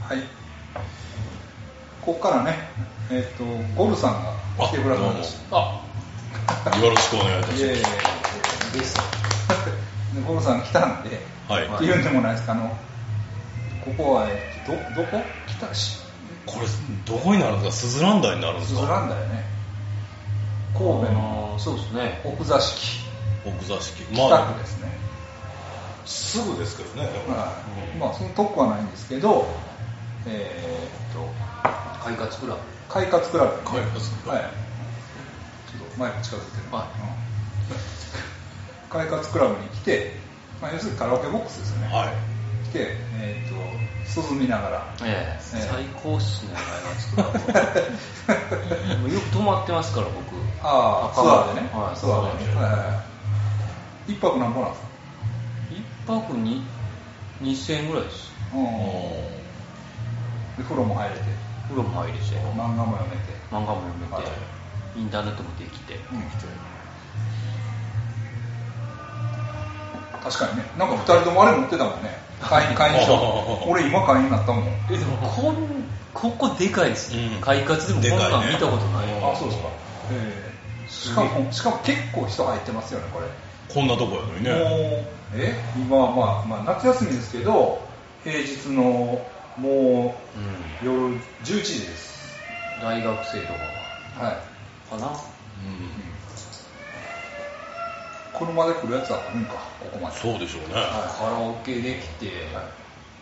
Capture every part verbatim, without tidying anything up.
はい。ここからね、えっ、ー、とゴルさんが来てくださいました。 あ、よろしくお願いいたします。いえいえいえです。ゴルさん来たんで、はい、っていうんでもないですか、あのここは、えー、どどこ来たし。 これどこになるんですか？スズランダになるんですか？ スズランダよね。神戸のそうですね。 奥座敷。 奥座敷。 北区ですね。 すぐですけどね。 はい。まあその遠くはないんですけど、えー、っと快活クラブ。 快活クラブ、ね。 快活クラブ。 はい。ちょっとマイク近づいてる。 はい。 快活クラブに来て、まあ、要するにカラオケボックスですよね。 はい。 来て、えー、っと涼みながら。 ええー、最高っすね、快活クラブ。よく泊まってますから僕。 ああ、ツアーでね。 はい、 ツアーでね。はいはい。一泊何本なんですか？ 一泊ににせんえんぐらいです。 うん。で風呂も入れて。 風呂も入れて。 漫画も読めて。 漫画も読めて。はい、インターネットもできて。できて。 確かにね。なんかふたりともあれ持ってたもんね。会員、会員証。俺今会員になったもん。 え、でもこん、ここでかいですね。うん、快活でもこんなん見たことない。 ね、あ、そうですか。えー、しかも、しかも結構人入ってますよね、これ。 こんなとこやのにね。 もう、え今はまあ、まあ、夏休みですけど、平日のもう、うん、夜じゅういちじです。 大学生とかは。はい。 かな。うん。 車で来るやつは来るんか、ここまで。 そうでしょうね。 はい、カラオケできて、はい、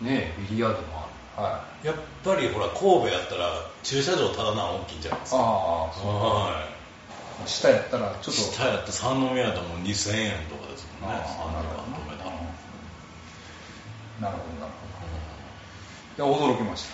ね、ビリヤードもある。 はい。やっぱりほら神戸やったら駐車場ただな大きいんじゃないですか。 ああ、そう。はい。下やったらちょっと。 下やった三宮やったらもうにせんえんとかですもんね。さんじかん止めたら。 なるほどなるほど。いや驚きました。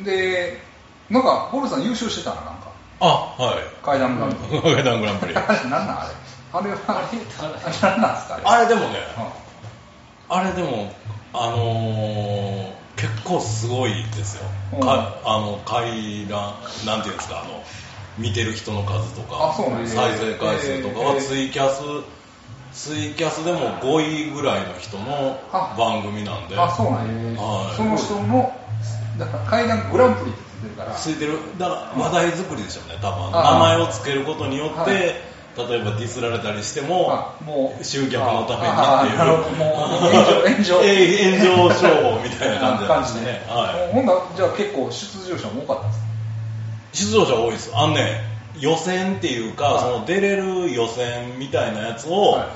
で、なんかボルさん優勝してたななんか。 あ、はい。 階段グランプリ。 階段グランプリ。 あれなんなんあれ。あれはあれなんなんですかあれ。 あれでもね、うん、あれでもあのー、結構すごいですよ。うん、かあの階段なんていうんですかあの見てる人の数とか、 ね、 再生回数とかはツイキャス、ツイキャスでもごいぐらいの人の番組なんで。 あ、そうなんや。はい、その人のだから階段グランプリってついてるから。 ついてる。だから話題作りでしょうね。多分名前をつけることによって。はい、例えばディスられたりしても、もう集客のためにっていう、 もう炎上、炎上、 炎上商法みたいな感じでね。 はい。ほんならじゃあ結構出場者も多かったんですか？ 出場者多いです。あのね、予選っていうか、はい、その出れる予選みたいなやつを、はい、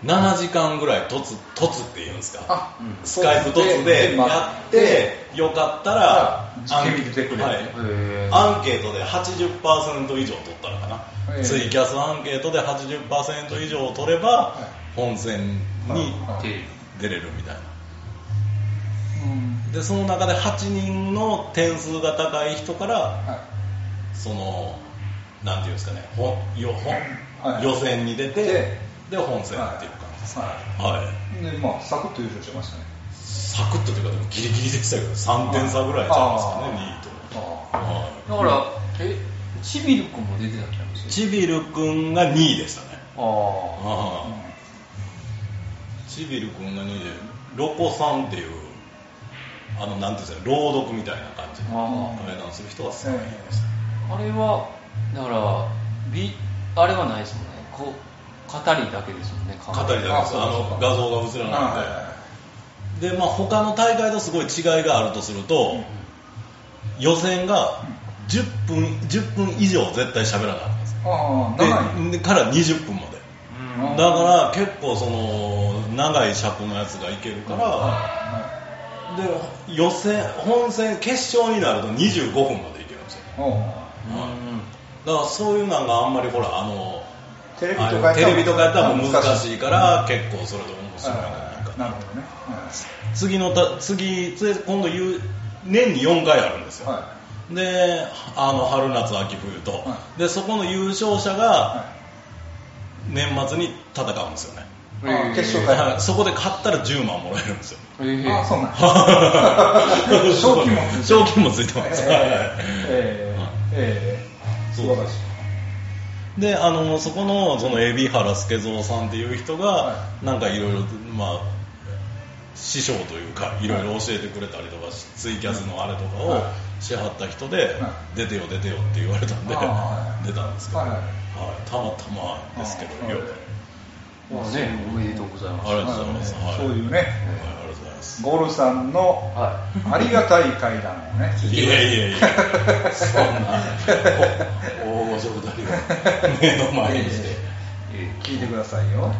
ななじかんぐらい突、突って言うんですか。あ、うん、スカイプ突でやって、よかったら、 アンケートで、はい、 アンケートで はちじゅっパーセント 以上取ったのかな。ツイキャスアンケートで はちじゅっパーセント 以上を取れば本戦に出れるみたいな。でその中ではちにんの点数が高い人からそのなんていうんですかね、ほよほ予選に出てで本戦っていう感じです。はい。 でまあサクッと優勝しましたね。 サクッとというかでもギリギリでしたけどさんてん差ぐらいちゃいますかねにいと。 だからえチビル君も出てたんですよ。 チビル君がにいでしたね。ああ、うん、チビル君がにいでロコさんっていうあのなんていうんですか朗読みたいな感じで対談する人がさんいでした。 あれはだからビあれはないですもんね。こう語りだけですもんね。 語りだけです。あの画像が映らないんで。でまあ他の大会とすごい違いがあるとすると、うん、予選がじゅっぷん、じゅっぷん以上絶対喋らなかったんです。あ長いでからにじゅっぷんまで。だから結構その長い尺のやつがいけるから、で予選、本戦、決勝になるとにじゅうごふんまでいけるんですよ。うん、だからそういうのがあんまりほらあのテレビとかやったらもう難しいから結構それで面白いんじゃないか。 なるほどね。 次のた次今度言う年によんかいあるんですよ。はい、であの春夏秋冬と、はい、でそこの優勝者が年末に戦うんですよね。 ああ決勝会、 はい、そこで勝ったらじゅうまんもらえるんですよ。 えー、ああそうなんです賞金もついて賞金もついてます。えー、 えーえー、素晴らしい。であのそこのその海老原助蔵さんっていう人が、はい、なんかいろいろまあ師匠というかいろいろ教えてくれたりとかツイキャスのあれとかをしはった人で出てよ出てよって言われたんで出たんですけど、はいはい、たまたまですけどよまあね、おめでとうございます。 ありがとうございます。はい、 そういうね、 はい、ありがとうございます。 ゴルさんのありがたい会談をね。 いやいやいや、そんな大御所二人を目の前にして聞いてくださいよ。はい。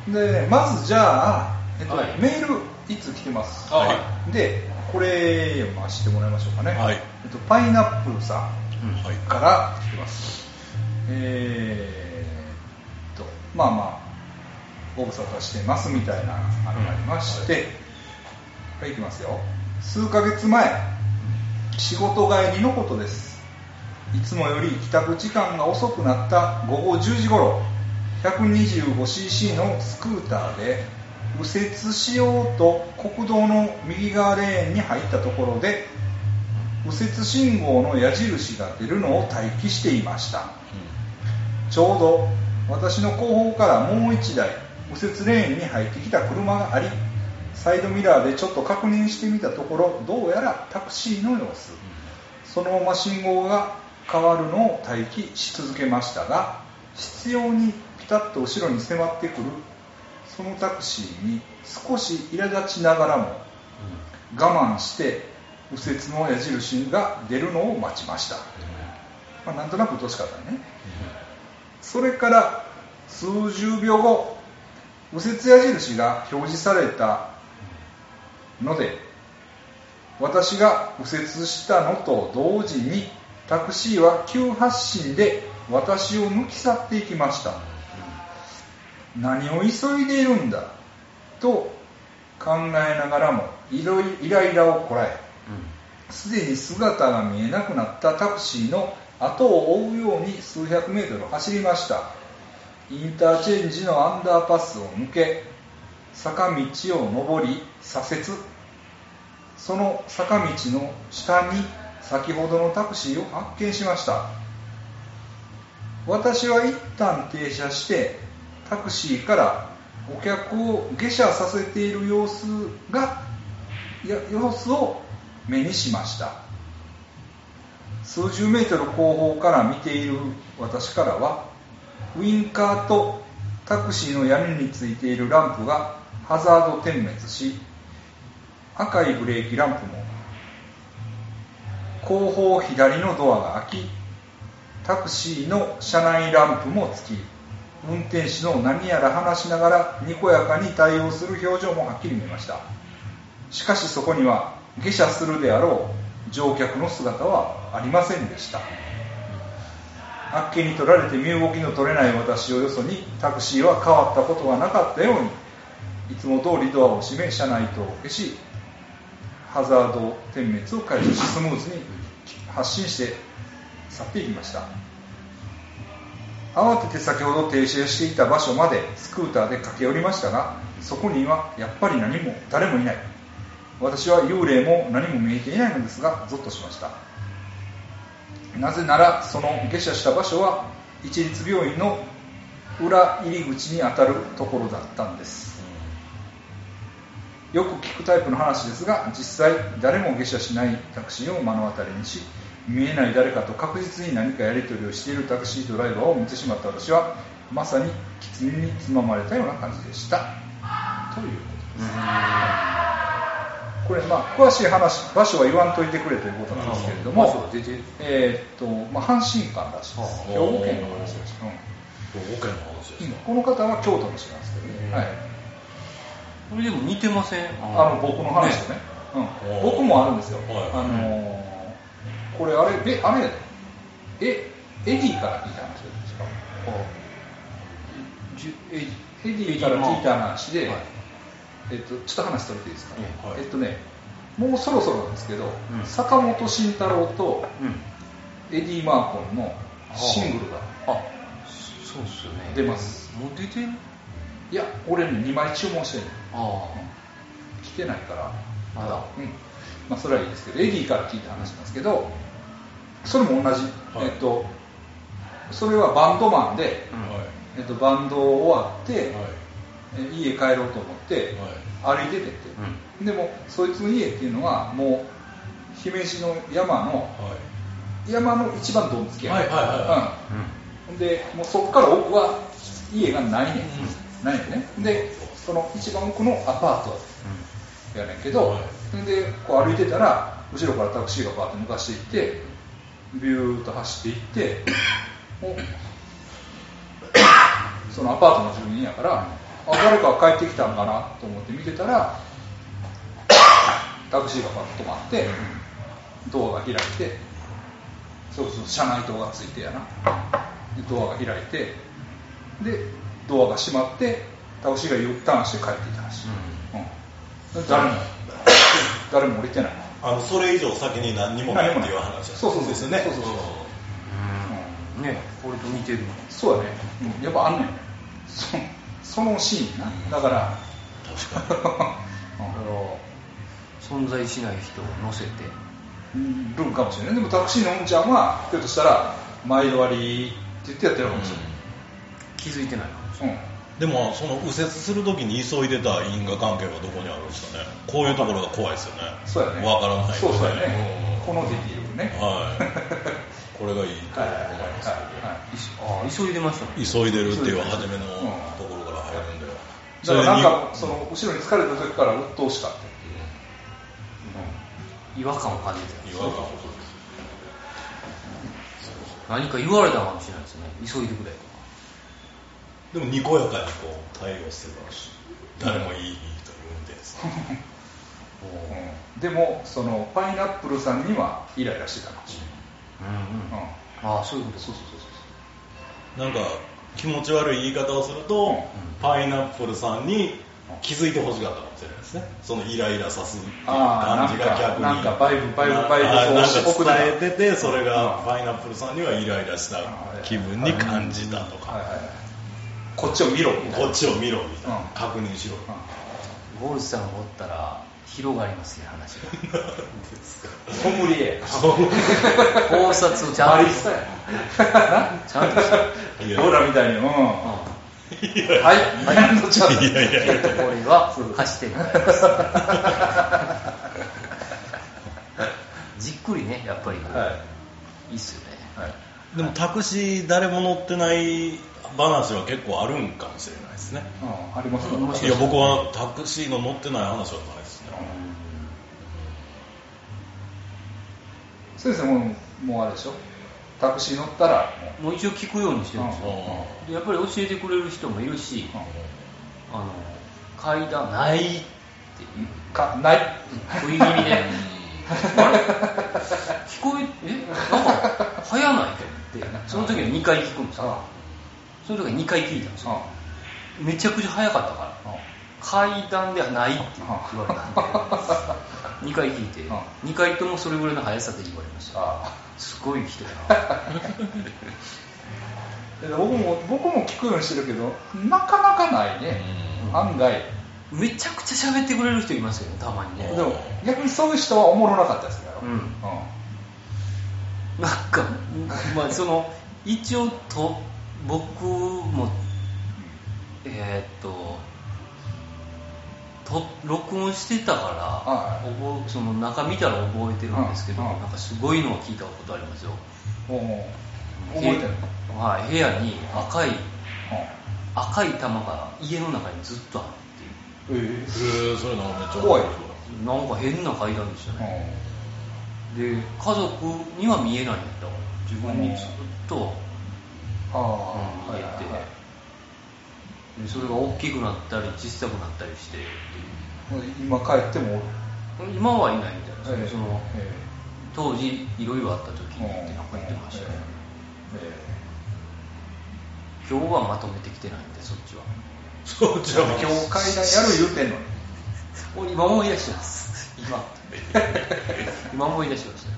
で、まずじゃあ、えっと、はい、メールいつ来てます。はい。で、これ読ませてもらいましょうかね。はい。えっとパイナップルさんから来てます。うん、えーまあまあご無沙汰してますみたいなのがありまして、うん、はい、いきますよ。数ヶ月前、仕事帰りのことです。いつもより帰宅時間が遅くなったごごじゅうじ頃、 ひゃくにじゅうごシーシー のスクーターで右折しようと国道の右側レーンに入ったところで、右折信号の矢印が出るのを待機していました。うん、ちょうど私の後方からもう一台右折レーンに入ってきた車があり、サイドミラーでちょっと確認してみたところ、どうやらタクシーの様子。そのまま信号が変わるのを待機し続けましたが、執拗にピタッと後ろに迫ってくるそのタクシーに少し苛立ちながらも我慢して右折の矢印が出るのを待ちました。まあ、なんとなくうとしかったね。それから数十秒後、右折矢印が表示されたので、私が右折したのと同時にタクシーは急発進で私を抜き去っていきました。何を急いでいるんだと考えながらもイライラをこらえ、すでに姿が見えなくなったタクシーの後を追うように数百メートル走りました。インターチェンジのアンダーパスを抜け、坂道を上り左折。その坂道の下に先ほどのタクシーを発見しました。私は一旦停車してタクシーからお客を下車させている様子が様子を目にしました。数十メートル後方から見ている私からは、ウインカーとタクシーの屋根についているランプがハザード点滅し、赤いブレーキランプも後方左のドアが開き、タクシーの車内ランプもつき、運転手の何やら話しながらにこやかに対応する表情もはっきり見えました。しかしそこには下車するであろう乗客の姿はありませんでした。あっけに取られて身動きの取れない私をよそに、タクシーは変わったことがなかったように、いつも通りドアを閉め、車内灯を消し、ハザード点滅を解除し、スムーズに発進して去っていきました。慌てて先ほど停車していた場所までスクーターで駆け寄りましたが、そこにはやっぱり何も誰もいない。私は幽霊も何も見えていないのですが、ゾッとしました。なぜならその下車した場所は市立病院の裏入り口にあたるところだったんです。よく聞くタイプの話ですが、実際誰も下車しないタクシーを目の当たりにし、見えない誰かと確実に何かやり取りをしているタクシードライバーを見てしまった私は、まさに狐につままれたような感じでしたということです。これ、まあ、詳しい話、場所は言わんといてくれということなんですけれども、えーっとまあ、阪神間らしいです。兵庫県の話です。 兵庫県の話ですか、うん、 この方は京都の人なんですけどね、はい、 これでも似てません？ あの僕の話とね、ね、うん、僕もあるんですよ、はい、あのー、これあれであれやでえエディから聞いた話ですか？エディから聞いた話で、はい、えっと、ちょっと話取れていいですか、ね、はい、えっとね、もうそろそろなんですけど、うん、坂本慎太郎とエディ・マーコンのシングルが、うん、あ、 そうっすよね、 出ます。 もう出てる？ いや、俺ねにまい注文してる。ああ、来てないからまだ、うん、まあそれはいいですけど、エディから聞いた話なんですけど、それも同じ、はい、えっとそれはバンドマンで、うん、えっと、バンド終わって、はい、 家帰ろうと思って歩いててって、うん、でもそいつの家っていうのはもう姫路の山の、はい、山の一番どんつきやねんでもうそこから奥は家がないねん、うん、ないねんねでその一番奥のアパートやねんけど、はい、でこう歩いてたら後ろからタクシーがバーッと抜かしていってビューッと走っていってもうそのアパートの住人やからあ誰か帰ってきたんかなと思って見てたらタクシーがバッと止まってドアが開いてそうそう車内灯がついてやなでドアが開いてでドアが閉まってタクシーが U ターンして帰っていたらしい、うんうん、誰も誰も降りてないあのそれ以上先に何にもないっていう話そうそうですよねそうそうそううんねこれと似てるそうだね、うん、やっぱあんねんそ, そのシーンな、うん、だから確かに存在しない人を乗せてるんかもしれないでもタクシーのおんちゃんはひょっとしたら毎度割りって言ってやってるかもしれない、うん、 気づいてないかもしれない、 うん、でもその右折するときに急いでた因果関係はどこにあるんですかねこういうところが怖いですよねそうやね分からない、ね、 そうそうやね、うん、このディティールねはいこれがいいと思いますけど、 はいはいはい、あ急いでましたね急いでるっていう初めのところから入るんで、 だからなんかその後ろに疲れた時から鬱陶しかったっていう、 うん、違和感を感じて違和感を何か言われたかもしれないですね急いでくれとかでもにこやかにこう対応してたし誰もいい、うん、いいと言うんです、 うん、でもそのパイナップルさんにはイライラしてたかもしれないうんうんうん、ああそういうことそうそうそうそうなんか気持ち悪い言い方をすると、うん、パイナップルさんに気づいてほしかったかもしれないですねそのイライラさすっていう感じが逆になんかバイブバイブバイブなんか伝えててそれがパイナップルさんにはイライラした気分に感じたとかこっちを見ろみたいなこっちを見ろみたいな、うん、確認しろ、 うん、ゴルスさんがおったら広がりますね話がソムリエ考察をちゃんとちゃんとしてほらみたいにうん、うん、はいはいちゃんといやいやいやこれは走ってみたいですじっくりねやっぱり、はい、いいっすよね、はい、 でもタクシー誰も乗ってない話は結構あるんかもしれないですね、 うん、ありますか、 うん、いや僕はタクシーの乗ってない話はないですね、 うん、そうですねもう、もうあれでしょタクシー乗ったらもう一応聞くようにしてるんですよ、うん、やっぱり教えてくれる人もいるし、うん、あの階段ないっていうかない食い気味であれ聞こええなんか早ないと思ってその時はにかい聞くんですよその時はにかい聞いたんですよめちゃくちゃ早かったから階段ではないって言われたんでにかい聞いてにかいともそれぐらいの速さで言われましたすごい人やな僕も僕も聞くようにしてるけどなかなかないね案外めちゃくちゃ喋ってくれる人いますよねたまにねでも逆にそういう人はおもろなかったですから、うんうん、 なんかまあその一応と僕もえー、っとと録音してたから、はい、覚その中見たら覚えてるんですけど、はい、なんかすごいのを聞いたことありますよ、 はい、覚えてるの、はい、部屋に赤い、はい、赤い玉が家の中にずっとあるっていうえー、えー、それなんかめっちゃ怖いなんか変な階段でしたね、はい、で家族には見えないんだった自分にずっとあ、うん、見えて、はいはいはい、でそれが大きくなったり小さくなったりして今帰っても今はいないみたいな、えー、その、えー、当時いろいろあった時にってなんか言ってましたね、えーえー、今日はまとめてきてないんでそっちはそっちは今日階段やる言うてんのに今思い出してます今今思い出しました、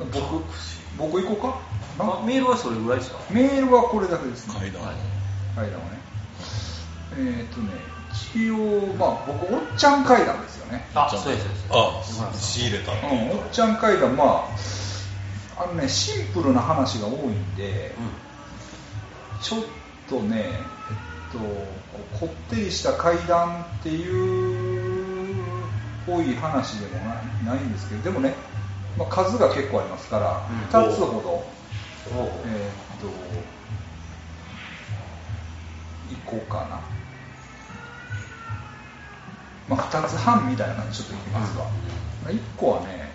うん、僕僕行こうかメールはそれぐらいですかメールはこれだけですね階段、はい、 階段はねえー、っとね一応まあ僕おっちゃん階段ですよねあそうですそうですあ仕入れた、 うん、おっちゃん階段まああのねシンプルな話が多いんで、うん、ちょっとねえっとこってりした階段っていうっぽい話でもないんですけど、でもね、まあ、数が結構ありますから、うん、ふたつほど、えー、っといこうかな、まあ、ふたつはんみたいな感じでちょっといきますが、うん、いっこはね、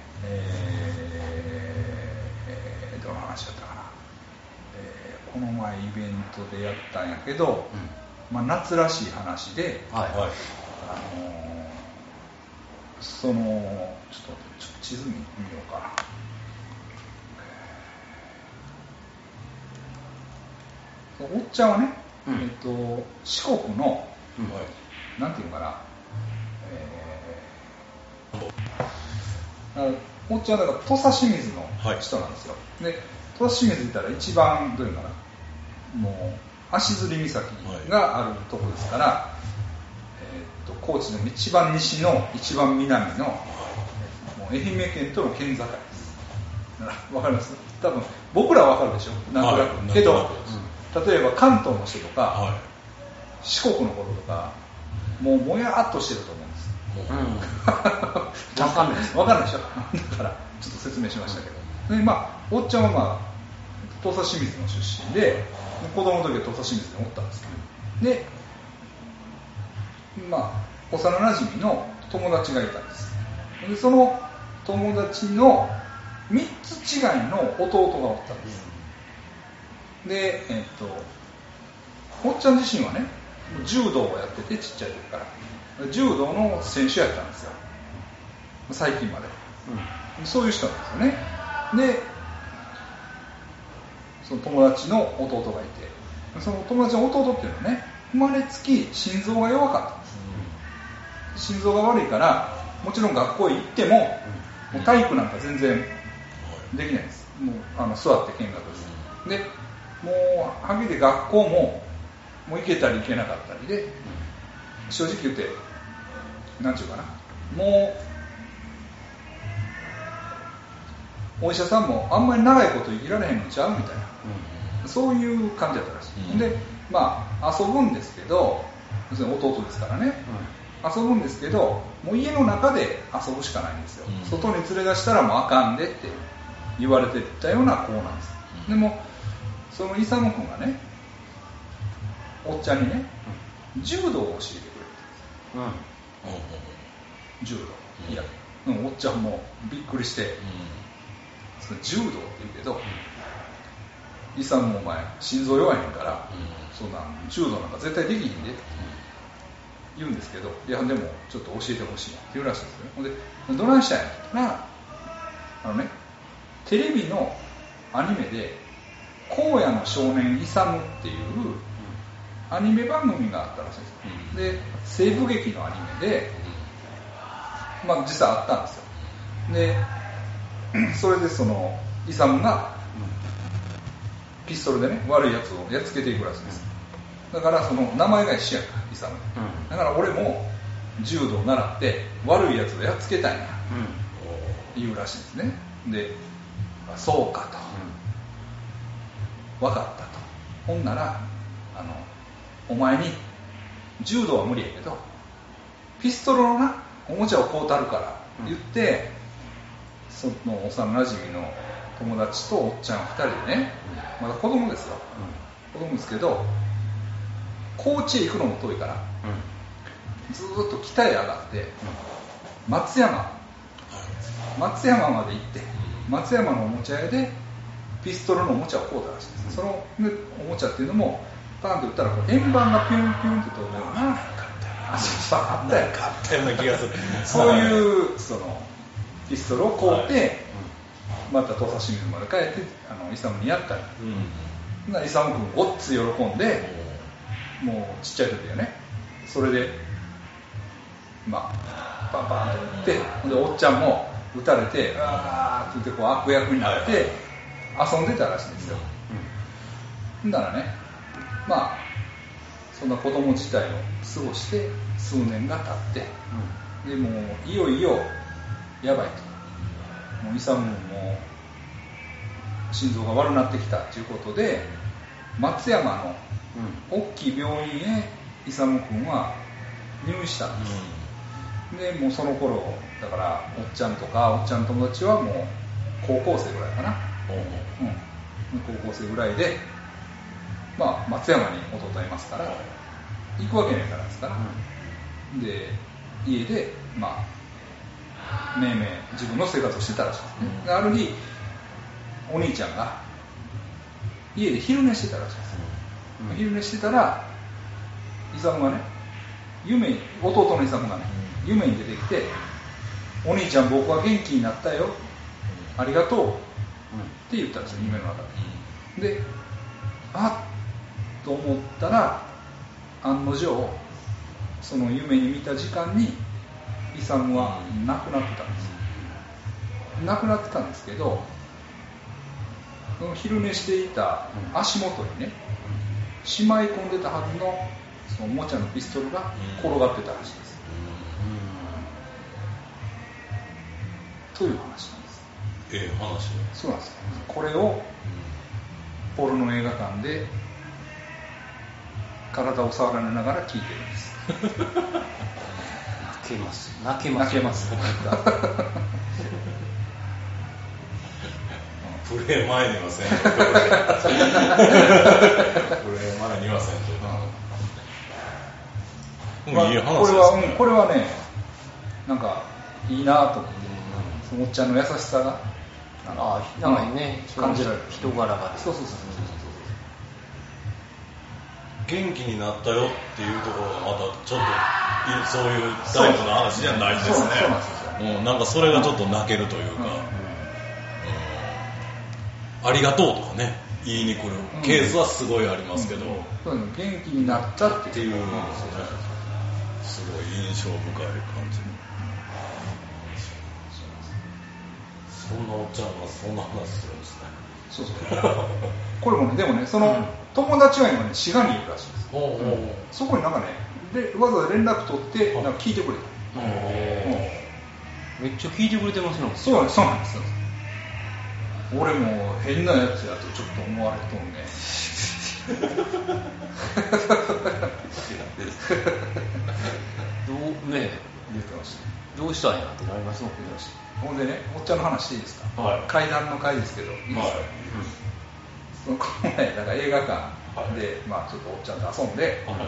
えー、どの話だったかな、えー、この前イベントでやったんやけど、うん、まあ、夏らしい話で、はい、あのー、そのちょっと待って、ちょっと地図見ようかな。おっちゃんはね、うん、えっと、四国の、うん、なんていうのかな、えー、おっちゃんはだから土佐清水の人なんですよ、はい、で土佐清水行ったら一番どういうのかな、もう足摺岬があるところですから、はい、えー、っと高知の一番西の一番南の、もう愛媛県との県境です。わかります？多分僕らはわかるでしょ、なんとなく、はい、けど、例えば関東の人とか、はい、四国のこととか、もうもやっとしてると思うんです。うん、分かんないです。分かんないでしょ。だからちょっと説明しましたけど。で、まあおっちゃんはまあ土佐清水の出身で、子供の時は土佐清水におったんですけど、で、まあ幼馴染の友達がいたんです。で、その友達のみっつ違いの弟がおったんです。で、えっと、おっちゃん自身はね、柔道をやってて、ちっちゃい時から柔道の選手やったんですよ、最近まで、うん、そういう人なんですよね。で、その友達の弟がいて、その友達の弟っていうのはね、生まれつき心臓が弱かったんです、うん、心臓が悪いから、もちろん学校へ行っても、うん、もう体育なんか全然できないです。もうあの座って見学です。で、もうはっきり言って学校ももう行けたり行けなかったりで、正直言って、なんていうかな、もうお医者さんもあんまり長いこと生きられへんのちゃうみたいな、うん、そういう感じだったらしい、うん、で、まあ遊ぶんですけど、要するに弟ですからね、うん、遊ぶんですけど、もう家の中で遊ぶしかないんですよ、うん、外に連れ出したらもうあかんでって言われてたような子なんです、うん、でもその勇君がね、おっちゃんにね、柔道を教えてくれるんです、うん、柔道、いや、うん、おっちゃんもびっくりして、うん、その柔道って言うけど、イサムもお前心臓弱いねんから、うん、そんな柔道なんか絶対できひんでって言うんですけど、いやでもちょっと教えてほしいって言うらしいんですよね。ほんでどないしたんやったら、あのね、テレビのアニメで荒野の少年イサムっていうアニメ番組があったらしいです。で、西部劇のアニメで、まあ実際あったんですよ。で、それでそのイサムがピストルでね、悪いやつをやっつけていくらしいです。だからその名前が一緒やから、イサム。だから俺も柔道を習って悪いやつをやっつけたいな、うん、言うらしいですね。で、そうかと。分かったと。ほんなら、あの、お前に柔道は無理やけどピストルのなおもちゃをこうたるから言って、うん、その幼馴染の友達とおっちゃんふたりでね、うん、まだ子供ですよ、うん、子供ですけど高知へ行くのも遠いから、うん、ずーっと北へ上がって、うん、松山松山まで行って松山のおもちゃ屋でピストルのおもちゃをこうたらしいです、うん、そのおもちゃっていうのもパンと打ったらこう円盤がピュンピュンって飛ぶような、あったよ、あったような気がする。そういうそのピストルを買うて、はい、また土佐清水まで帰ってあのイサムにやったり、うん、なイサム君ごっつ喜んで、もうちっちゃい時はね、それでまあパンパンと打って、うん、でおっちゃんも撃たれて、あーって言ってこう悪役になって遊んでたらしいんですよ。うん、だからね。まあそんな子供自体を過ごして数年が経って、うん、でもういよいよやばいと、もうイサムも心臓が悪くなってきたということで松山の大きい病院へ勇君は入院したんです、うん、でもうその頃だからおっちゃんとかおっちゃんの友達はもう高校生ぐらいかな、うんうん、高校生ぐらいで、まあ、松山に弟いますから行くわけないからですから、うん、で家でまあめいめい自分の生活をしてたらしいですね、うん、である日お兄ちゃんが家で昼寝してたらしいです、うん、昼寝してたら勇がね夢弟の勇がね夢に出てきてお兄ちゃん僕は元気になったよありがとうって言ったんですよ夢の中でであっと思ったら案の定その夢に見た時間に勇は亡くなってたんです亡くなってたんですけどその昼寝していた足元にねしまい込んでたはずのそのおもちゃのピストルが転がってたらしいです、という話なんです。 ええ話。 そうなんですよ。これをポルノ映画館で体を触られながら聞いてるんです。 泣けます。泣けます。 泣けます。 プレー前にはせんと。プレー前にはせんと。 まあ、いい話ですね。これは、うん、これはね、なんかいいなと思って、そのおっちゃんの優しさが、 ああ、なんかね、 感じられる。 人柄が。 そうそうそうそう。 元気になったよっていうところがまたちょっとそういうタイプの話じゃないですね。そうなんですよ。もうなんかそれがちょっと泣けるというか、うんうん、ありがとうとかね言いに来るケースはすごいありますけど、 うんうん、元気になったっていう、うん、 すごい印象深い感じ。そんなおっちゃんがそんな話するんですね。 そうそうこれもね、でもね、その、うん、友達は今ね、滋賀にいるらしいです。おうおう、うん、そこになんかね、でわざわざ連絡取って、なんか聞いてくれた。うん、 めっちゃ聞いてくれてますね。 そうなんです、そうなんですよ。俺も変なやつやとちょっと思われとんね。 どうね、 言ってました。 どうしたんやってなりますもんね。 ほんでね、おっちゃんの話していいですか、はい、階段の回ですけど、いいですか、はい、そのこの前、なんか映画館で、はい、まあ、ちょっとおっちゃんと遊んで、はい、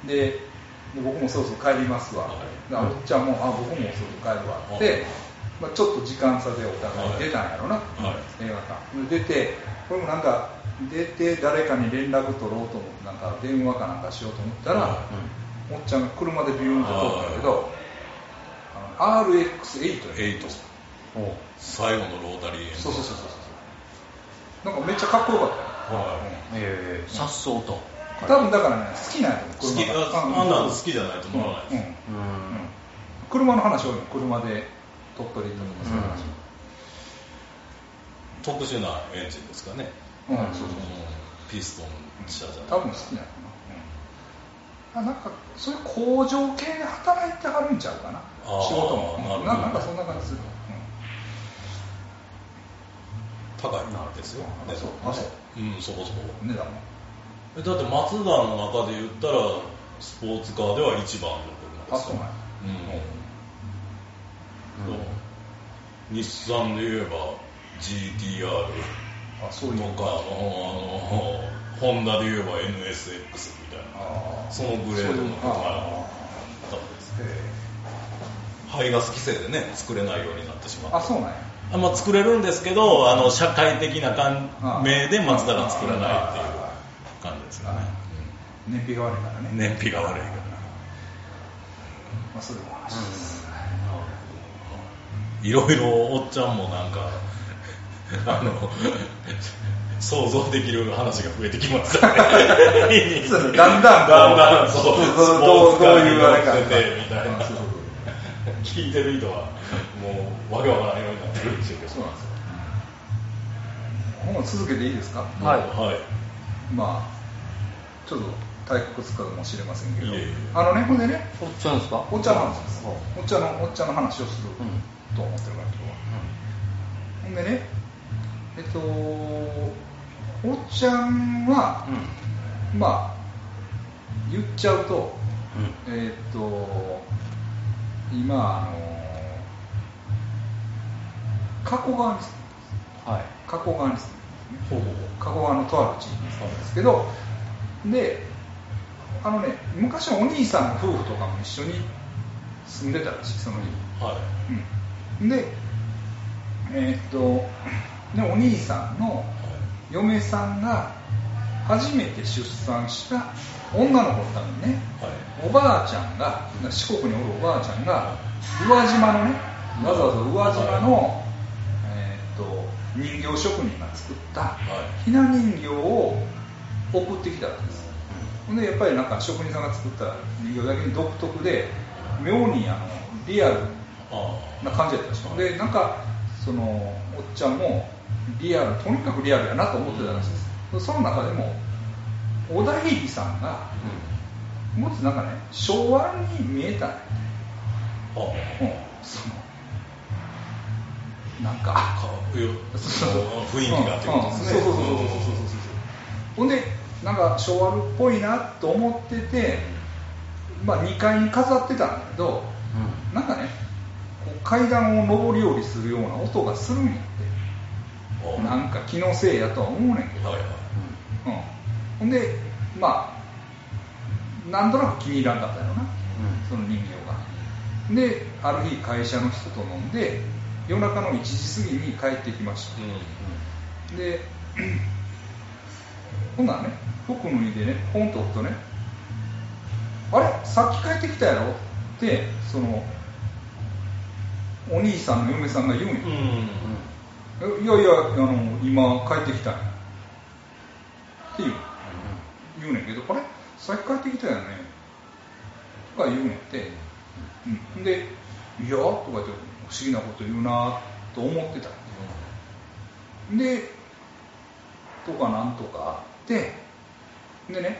で、で僕もそろそろ帰りますわ、はい、おっちゃんも、あ、僕もそろそろ帰るわって、はい、まあ、ちょっと時間差でお互い出たんやろな、はい、映画館。出て、これもなんか、出て誰かに連絡取ろうと思って、なんか電話かなんかしようと思ったら、はい、おっちゃんが車でビューンと通ったんだけど、アールエックスエイトエイト最後のロータリー。 そうそうそうそう。なんかめっちゃかっこよかったよ。はい。 ええ、さっそうと。 多分だからね、好きなんやと思う。 車が。あんなの好きじゃないと思わないです。うん。うん。 車の話多いの。車で鳥取とかそういう話。 特殊なエンジンですかね。 うん、そうそうそう。 ピストン車じゃない。 多分好きなんやな。なんかそういう工場系で働いてはるんちゃうかな、仕事も。な, なんかそんな感じする、 うん、高いんですよ、 あそうあそう、 うん、そこそこ値段も。 だってマツダの中で言ったらスポーツカーでは一番の車ですよ。 あ、そうなんや、 うんうん、日産で言えば ジーティーアールあそういうとか、あのホンダで言えば エヌエスエックス みたいな、そのグレードの車が多分です。排ガス規制でね作れないようになってしまった。 あ、そうなんや。 あ、まあ、作れるんですけど、あの社会的な感名でマツダが作らないっていう感じですよね。 燃費が悪いからね。 燃費が悪いから。まあ、それも話です。 いろいろおっちゃんもなんかあの想像できる話が増えてきましたね。 そうだんだんだんだんそうどういうあれかみたいな。聞いてる人はもうわけわからないようになってるんですよ。 そうなんですよ。本続けていいですか？ はい。はい。 まあちょっと退屈かもしれませんけど、いえいえ、あのね、ほんでね、 おっちゃんですか？ おっちゃんの話です。おっちゃんのおっちゃんの話をすると思ってるから今日は。ほんでね、えっとおっちゃんは、うん、まあ言っちゃうとうん、えー、っと今あの加古川に住んでます、はい、加古川に住んでますね。加古川のとある地域に住んでますけど、であのね昔はお兄さんの夫婦とかも一緒に住んでたらしいその家、はい、うん、でえー、っとでお兄さんの嫁さんが初めて出産した女の子のためにね、はい、おばあちゃんが四国におるおばあちゃんが宇和島のねわざわざ宇和島の、はい、えー、っと人形職人が作ったひな人形を送ってきたわけです。ほんでやっぱりなんか職人さんが作った人形だけに独特で妙にあのリアルな感じだったでしょ。でなんかそのおっちゃんもリアルとにかくリアルやなと思ってたらしいです。その中でも小田切さんが、うん、もっとなんかね昭和に見えたね、うん、そのなんか雰囲気がってことですね。 そうそうそうそうそうそうそう。ほんでなんか昭和っぽいなと思ってて、まあにかいに飾ってたんだけど、うん、なんかねこう階段を上り下りするような音がするんやって。なんか気のせいやとは思うねんけど、はいはい、うん、ほんでまあなんとなく気に入らんかったよな、うん、その人形が。である日会社の人と飲んで夜中のいちじ過ぎに帰ってきました、うん、でほんならね服脱いでねポンと置くとねあれさっき帰ってきたやろってそのお兄さんの嫁さんが言うんや、うんうん、いやいやあの今帰ってきたんやって言う、言うねんけどあれさっき帰ってきたやねとか言うねんって、うん、でいやとか言って不思議なこと言うなと思ってた、うん、でとかなんとかあってでね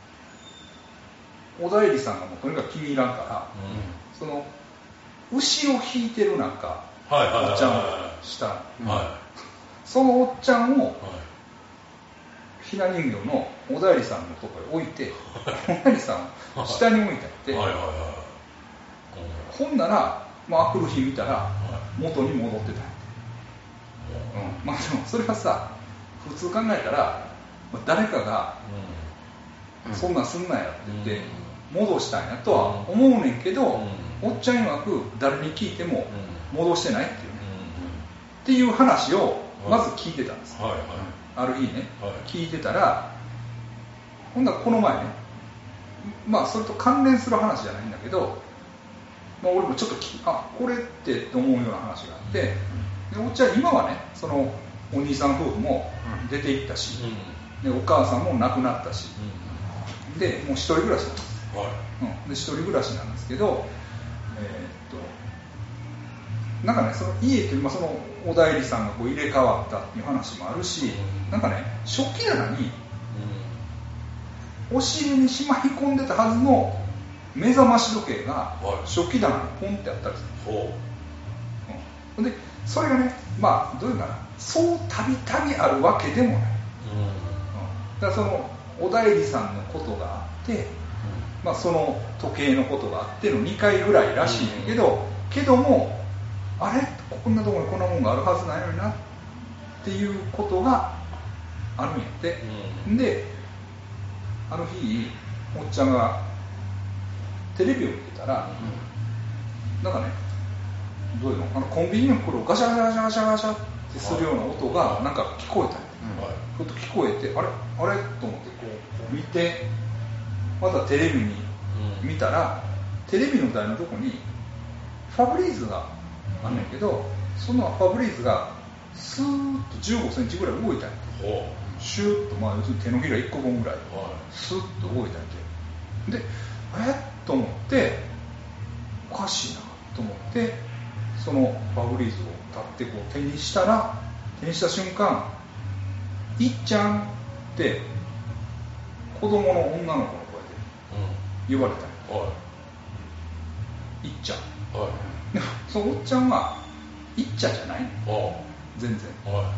小田切さんがもうとにかく気に入らんから、うん、その牛を引いてるなんかおっちゃんをした、はいはい、そのおっちゃんを、はい、ひな人形の小田切さんのところに置いて小田切さんを下に置いてあって、はいはいはいはい、ほんなら、まあ、あくる日見たら元に戻ってた、うん、まあでもそれはさ普通考えたら誰かが、うん、そんなんすんなよって言って戻したんやとは思うねんけど、うん、おっちゃん曰く誰に聞いても戻してないっていうね、うん、っていう話をまず聞いてたんです、はいはい、ある日ね、はい、聞いてたらほんならこの前ねまあそれと関連する話じゃないんだけど、まあ、俺もちょっとあこれってって思うような話があって、でおっちゃん今はねそのお兄さん夫婦も出て行ったし、うん、でお母さんも亡くなったし、うん、でもう一人暮らしなんです、はい、うん、で一人暮らしなんですけど、えー、っとなんかねその家っていう、まあ、その小田切さんがこう入れ替わったっていう話もあるし、うん、なんかね食器棚に、うん、押し入れにしまい込んでたはずの目覚まし時計が食器棚にポンってあったりする、はい、うん、でそれがねまあどういうかなそうたびたびあるわけでもない、うんうん、だからその小田切さんのことがあって、うん、まあ、その時計のことがあってのにかいぐらいらしいんやけど、うん、けどもあれこんなところにこんなもんがあるはずないのになっていうことがあるんやって、うん、である日おっちゃんがテレビを見てたら、うん、なんかねどういうのあのコンビニの袋をガシャガシャガシャガシャガシャってするような音がなんか聞こえたり、はい、ちょっと聞こえてあれあれと思ってこう見てまたテレビに見たら、うん、テレビの台のとこにファブリーズがあんねんけど、うん、そのファブリーズがスーッとじゅうごセンチぐらい動いたり、うん、シューッと、まあ、要するに手のひらいっこぶんぐらい、はい、スーッと動いたりでえっと思っておかしいなと思ってそのファブリーズを立ってこう手にしたら手にした瞬間いっちゃんって子供の女の子の声で言われた、うん、はい、いっちゃん、はい、でもそのおっちゃんはいっちゃじゃないの、はい、全然、はい、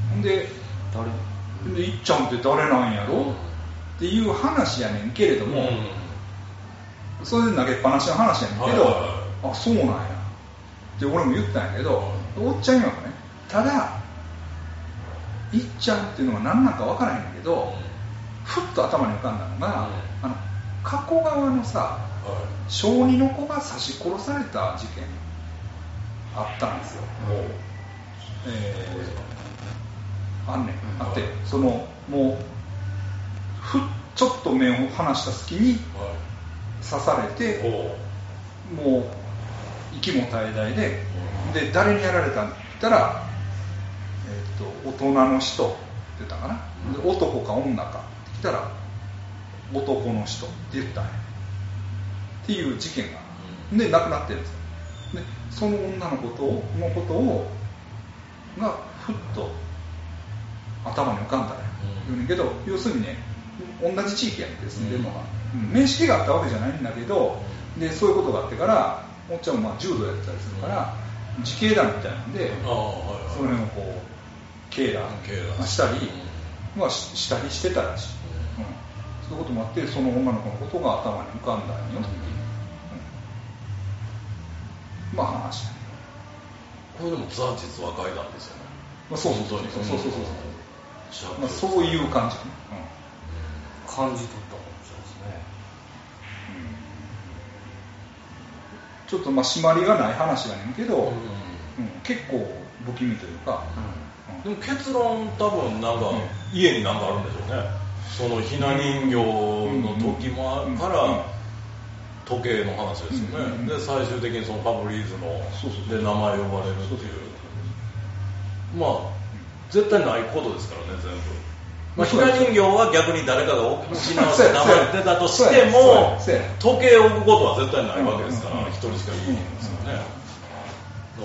ほんで誰でいっちゃんって誰なんやろ、うん、っていう話やねんけれども、うん、 それで投げっぱなしの話やねんけど、はいはいはい、あそうなんやって俺も言ったんやけど、おっちゃんにはね、ただいっちゃんっていうのが何なんか分からへんねんけど、ふっと頭に浮かんだのが、あの加古川のさ、小児の子が刺し殺された事件あったんですよ。えー、あんねん、あって、そのもうふっちょっと目を離した隙に刺されて、もう息も絶え絶えで、で誰にやられたんって言ったら、えー、と大人の人って言ったかな、で男か女かって来たら男の人って言ったんやっていう事件がで亡くなってるんですよ。でその女のことをのことをがふっと頭に浮かんだんや、うん、言うねんけど、要するにね、同じ地域やねんて住んでるのが、うん、面識があったわけじゃないんだけど、でそういうことがあってから、おっちゃんもまあ柔道やってたりするから、自警団みたいなんで、その辺をこう警団したり、まあ、したりしてたらしい、うん、そういうこともあって、その女の子のことが頭に浮かんだんよっていう、うん、まあ話だね。 これでもザ・実話怪談ですよね。 まあ、そうそうそうそうそうそうそうそう、まあ、そういう感じ、 うん、感じ取ったかもしれないですね、 うん、ちょっとまあ締まりがない話やねんけど、うんうん、結構不気味というか、 うんうん、でも結論多分なんか、うん、家になんかあるんでしょうね。そのひな人形の時もあるから、うんうんうん、時計の話ですよね、うんうん、で最終的にそのファブリーズので名前呼ばれるっていう、まあ絶対ないことですからね全部、まあ、ひな人形は逆に誰かが失って名前出たとしても時計を置くことは絶対ないわけですから一人しかいないんですよね。だから、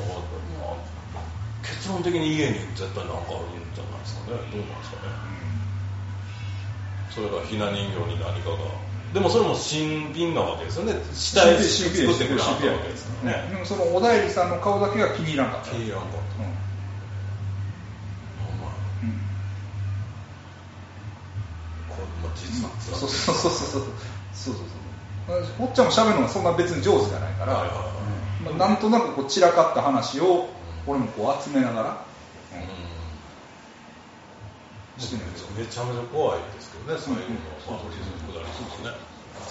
まあ、結論的に家に絶対なんかあるんじゃないですかね。どうなんですかね、それがひな人形に何かが、でもそれも新品なわけですよね。下絵作ってくれはったわけですからね。 でもその小田切さんの顔だけが気に入らんかった。 気に入らんかった。うんうん、これも実は、 うん、そうそうそうそうそうそうそうそう。おっちゃんも喋るのがそんな別に上手じゃないから、はいはいはい、まあ、なんとなくこう散らかった話を俺もこう集めながら。うんめちゃめちゃ怖いですけどね、最後のファブリーズのくだりですね。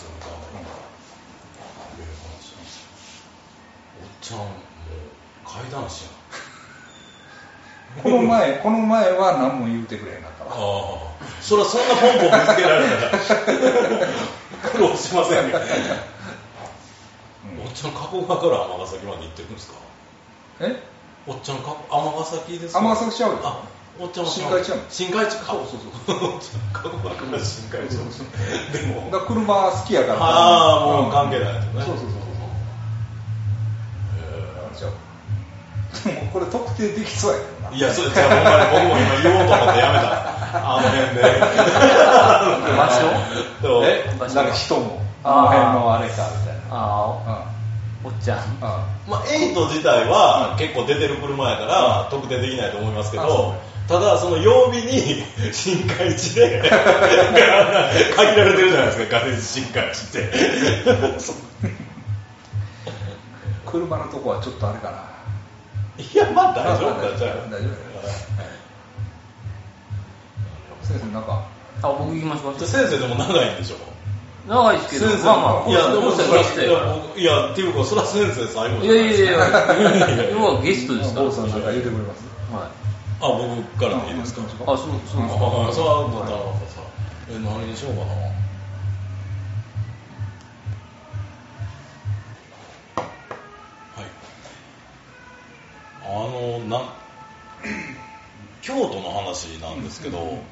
おっちゃんもう怪談師やん。 この前この前は何も言うてくれへんかったわ。ああ、それはそんなポンポン見つけられたら苦労しませんけどね。おっちゃん加古川から尼崎まで行ってるんですか。 え？ おっちゃんか尼崎ですか。 尼崎ちゃうよ。 あ、おっちゃんは新海地やん。 新海地か。 そうそうそう。 おっちゃん加古川から新海地。でも。 だから車好きやから。 ああ、もう関係ないですよね。 そうそうそうそう。じゃあ。でもこれ特定できそうやけどな。 いや、それじゃあ僕も今言おうと思ってやめた。あの辺で。 場所？ え？なんか人もあの辺のあれかみたいな。 ああ。おっちゃん。 あまあエイト自体は結構出てる車やから特定できないと思いますけど、ただその曜日に新海地で限られてるじゃないですか、ガレージ新海地って。 車のとこはちょっとあれかな。 いや、まあ大丈夫だ、じゃあ。 大丈夫だ。先生、なんか。 あ、僕行きましょう。 先生でも長いんでしょ。 長いですけど、 先生、 まあまあ、 いや、でもそれはゲストやから。 いや、っていうか、それは先生最後いやいやいや、要はゲストですから。 坊さんなんか言うてくれます。 はい。 あ、僕からでいいですか。 あ、そう、そうですか。 あ、そう、また、さ、え、何にしようかな。あのな京都の話なんですけど、うんうんうん、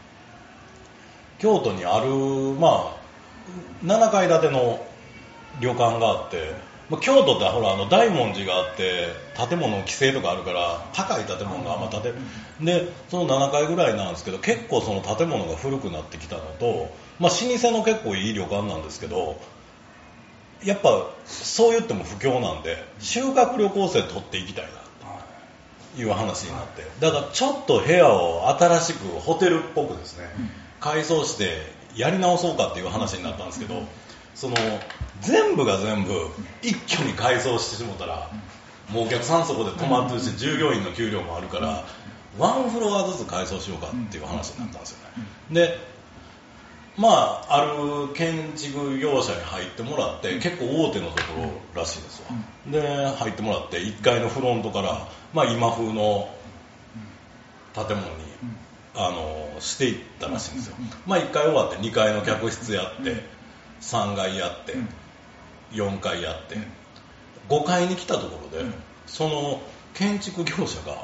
京都にある、まあ、ななかい建ての旅館があって、まあ、京都ってほらあの大文字があって建物の規制とかあるから高い建物があんま建てる、うん、でそのななかいぐらいなんですけど、結構その建物が古くなってきたのと、まあ、老舗の結構いい旅館なんですけど、やっぱそう言っても不況なんで修学旅行生取っていきたいなという話になって、だからちょっと部屋を新しくホテルっぽくですね、改装してやり直そうかっていう話になったんですけど、 その全部が全部一挙に改装してしもたら、もうお客さんそこで泊まってるし、従業員の給料もあるから、ワンフロアずつ改装しようかっていう話になったんですよね。でまあある建築業者に入ってもらって、結構大手のところらしいですわ。で入ってもらっていっかいのフロントから、まあ、今風の建物にあのしていったらしいんですよ。まあ、いっかい終わってにかいの客室やってさんがいやってよんかいやってごかいに来たところで、その建築業者が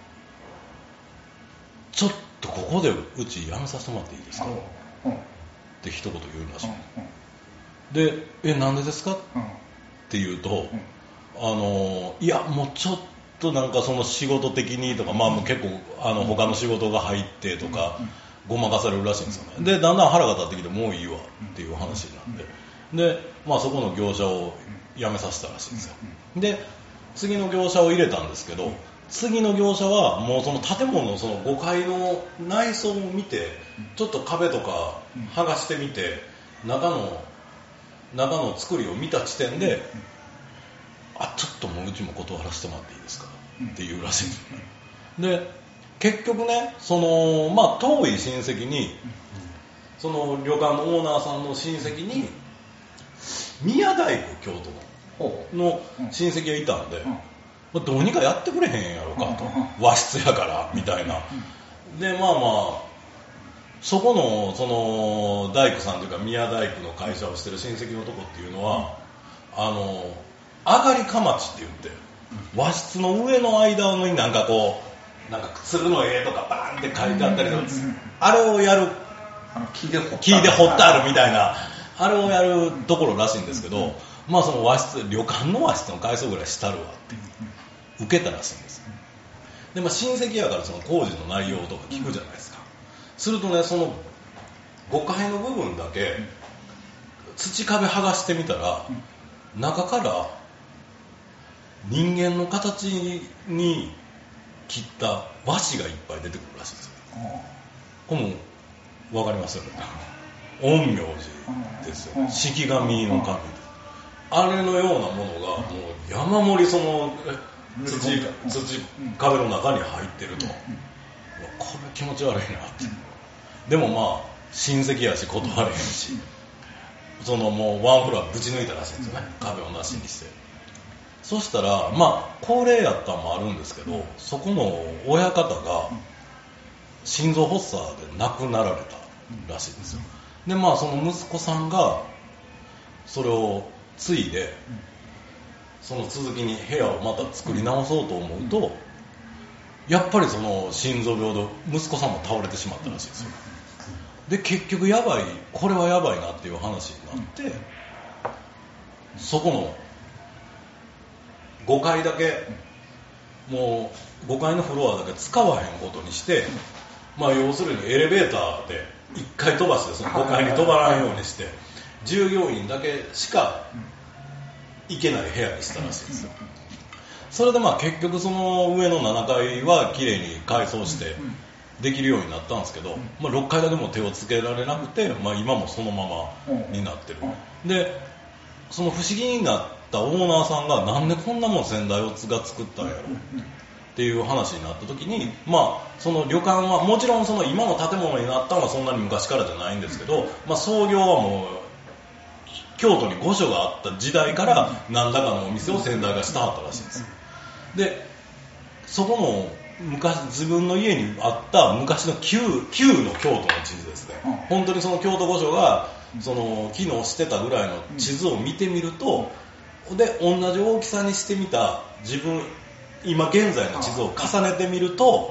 ちょっとここでうち辞めさせてもらっていいですかって一言言うらしい。でえなんでですかって言うと、あのいやもうちょっとなんかその仕事的にとか、まあもう結構あの他の仕事が入ってとかごまかされるらしいんですよね。でだんだん腹が立ってきてもういいわっていう話になって、でまあそこの業者を辞めさせたらしいんですよ。で次の業者を入れたんですけど、次の業者はもうその建物のそのごかいの内装を見て、ちょっと壁とか剥がしてみて中の中の作りを見た時点で、あちょっともううちも断らせてもらっていいですかっていうらしいんですよね。で結局ね、そのまあ遠い親戚に、その旅館のオーナーさんの親戚に宮大工京都のの親戚がいたんで、まあ、どうにかやってくれへんやろかと、和室やからみたいな。でまあまあそこのその大工さんというか宮大工の会社をしてる親戚のとこっていうのは、あの上がりかまちって言って、和室の上の間になんかこうなんか鶴の絵とかバーンって書いてあったりとか、あれをやる、 あの木で掘ってあるみたいな、あれをやるところらしいんですけど、まあその和室、旅館の和室の改装ぐらいしたるわって受けたらしいんです。でまあ親戚やからその工事の内容とか聞くじゃないですか。するとね、そのごかいの部分だけ土壁剥がしてみたら、中から人間の形に切った和紙がいっぱい出てくるらしいですよ。これも分かりますよね。陰陽師ですよね。式神の神、あれのようなものがもう山盛りその土, 土壁の中に入ってると、これ気持ち悪いなって。でもまあ親戚やし断れへんし、そのもうワンフロアぶち抜いたらしいんですよね、壁をなしにして。そしたらまあ高齢やったのもあるんですけど、そこの親方が心臓発作で亡くなられたらしいんですよ。でまあその息子さんがそれを継いで、その続きに部屋をまた作り直そうと思うと、やっぱりその心臓病で息子さんも倒れてしまったらしいんですよ。で結局やばい、これはやばいなっていう話になって、そこのごかいだけ、もうごかいのフロアだけ使わへんことにして、まあ要するにエレベーターでいっかい飛ばしてそのごかいに飛ばないようにして、従業員だけしか行けない部屋にしたらしいんですよ。それでまあ結局その上のななかいはきれいに改装してできるようになったんですけど、まあ、ろっかいだけも手をつけられなくて、まあ、今もそのままになってる。でその不思議になったオーナーさんが、なんでこんなもん先代が作ったんやろっていう話になった時に、まあその旅館はもちろんその今の建物になったのはそんなに昔からじゃないんですけど、まあ、創業はもう京都に御所があった時代から何らかのお店を先代がしたはったらしいんですよ。でそこの昔自分の家にあった昔の旧、旧の京都の地図ですね、うん、本当にその京都御所がその機能してたぐらいの地図を見てみると、で同じ大きさにしてみた自分今現在の地図を重ねてみると、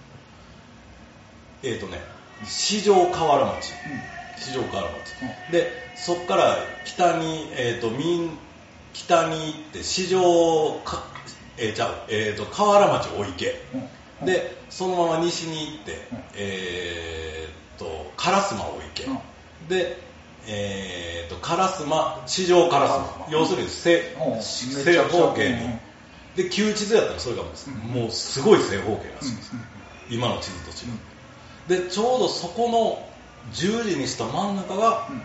えーとね四条河原町、四条河原町で、そこから北に、えーと民北に行って四条かえー、ちゃう、えーと河原町大池、うん、でそのまま西に行って、うん、えーと烏丸大池、うん、で、えーと烏丸四条烏丸、要するに正、うん、正方形に、うん、で旧地図やったらそれがもう、うん、もうすごい正方形らしいです、うん、今の地図と違う、うん、でちょうどそこの十字にした真ん中が、うん、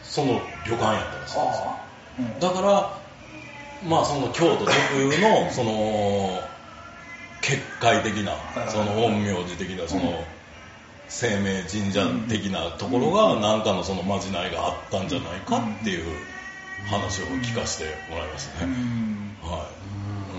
その旅館やったらしいんですよ、うん、だからまあその京都特有のその結界的なその陰陽師的なその生命神社的なところが何かのそのまじないがあったんじゃないかっていう話を聞かせてもらいますね、はい、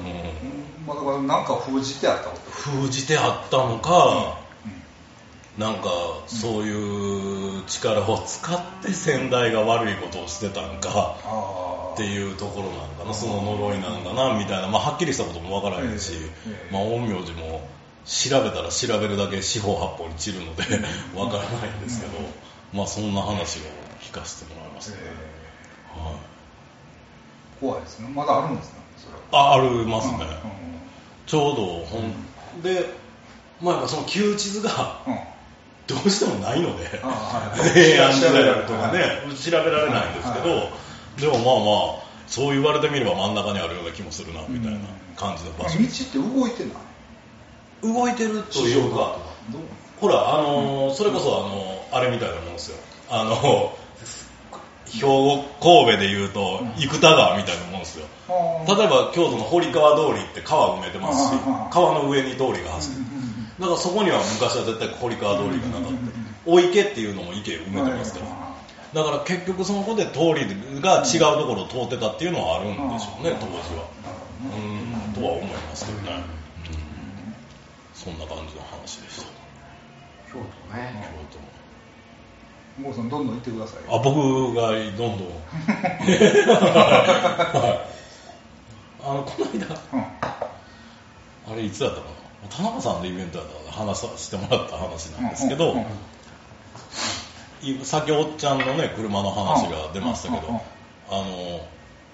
うん、まあ、だからなんか封じてあったこと封じてあったのか、うん、なんかそういう力を使って先代が悪いことをしてたんかっていうところなんかな、その呪いなんかなみたいな、まあ、はっきりしたこともわからないし、まあ、陰陽師も調べたら調べるだけ四方八方に散るのでわからないんですけど、まあそんな話を聞かせてもらいますね、はい、 怖いですね。まだあるんですか、それは。あ、ありますね、うんうん、ちょうどほん、うん、で、まあ、その旧地図が、うん、どうしてもないので、平安時代とかね、調べられないんですけど、でもまあまあそう言われてみれば真ん中にあるような気もするなみたいな感じの場所、 道って動いてない、 動いてるというか、ほら、あのー、それこそ、あのー、あれみたいなもんですよ、あのー、兵庫神戸でいうと生田川みたいなもんですよ。例えば京都の堀川通りって川埋めてますし、川の上に通りが走ってる、だからそこには昔は絶対堀川通りがなかった、お池っていうのも池埋めてますから、だから結局その子で通りが違うところを通ってたっていうのはあるんでしょうね、当時は。うんとは思いますけどね、そんな感じの話でした。 京都ね。 京都も。 もうさんどんどん行ってください。 あ、僕がどんどん。あのこの間、うん、あれいつだったかな。田中さんのイベントだったから話させてもらった話なんですけど、うんうんうん、さっきおっちゃんのね車の話が出ましたけど、うんうんうん、あの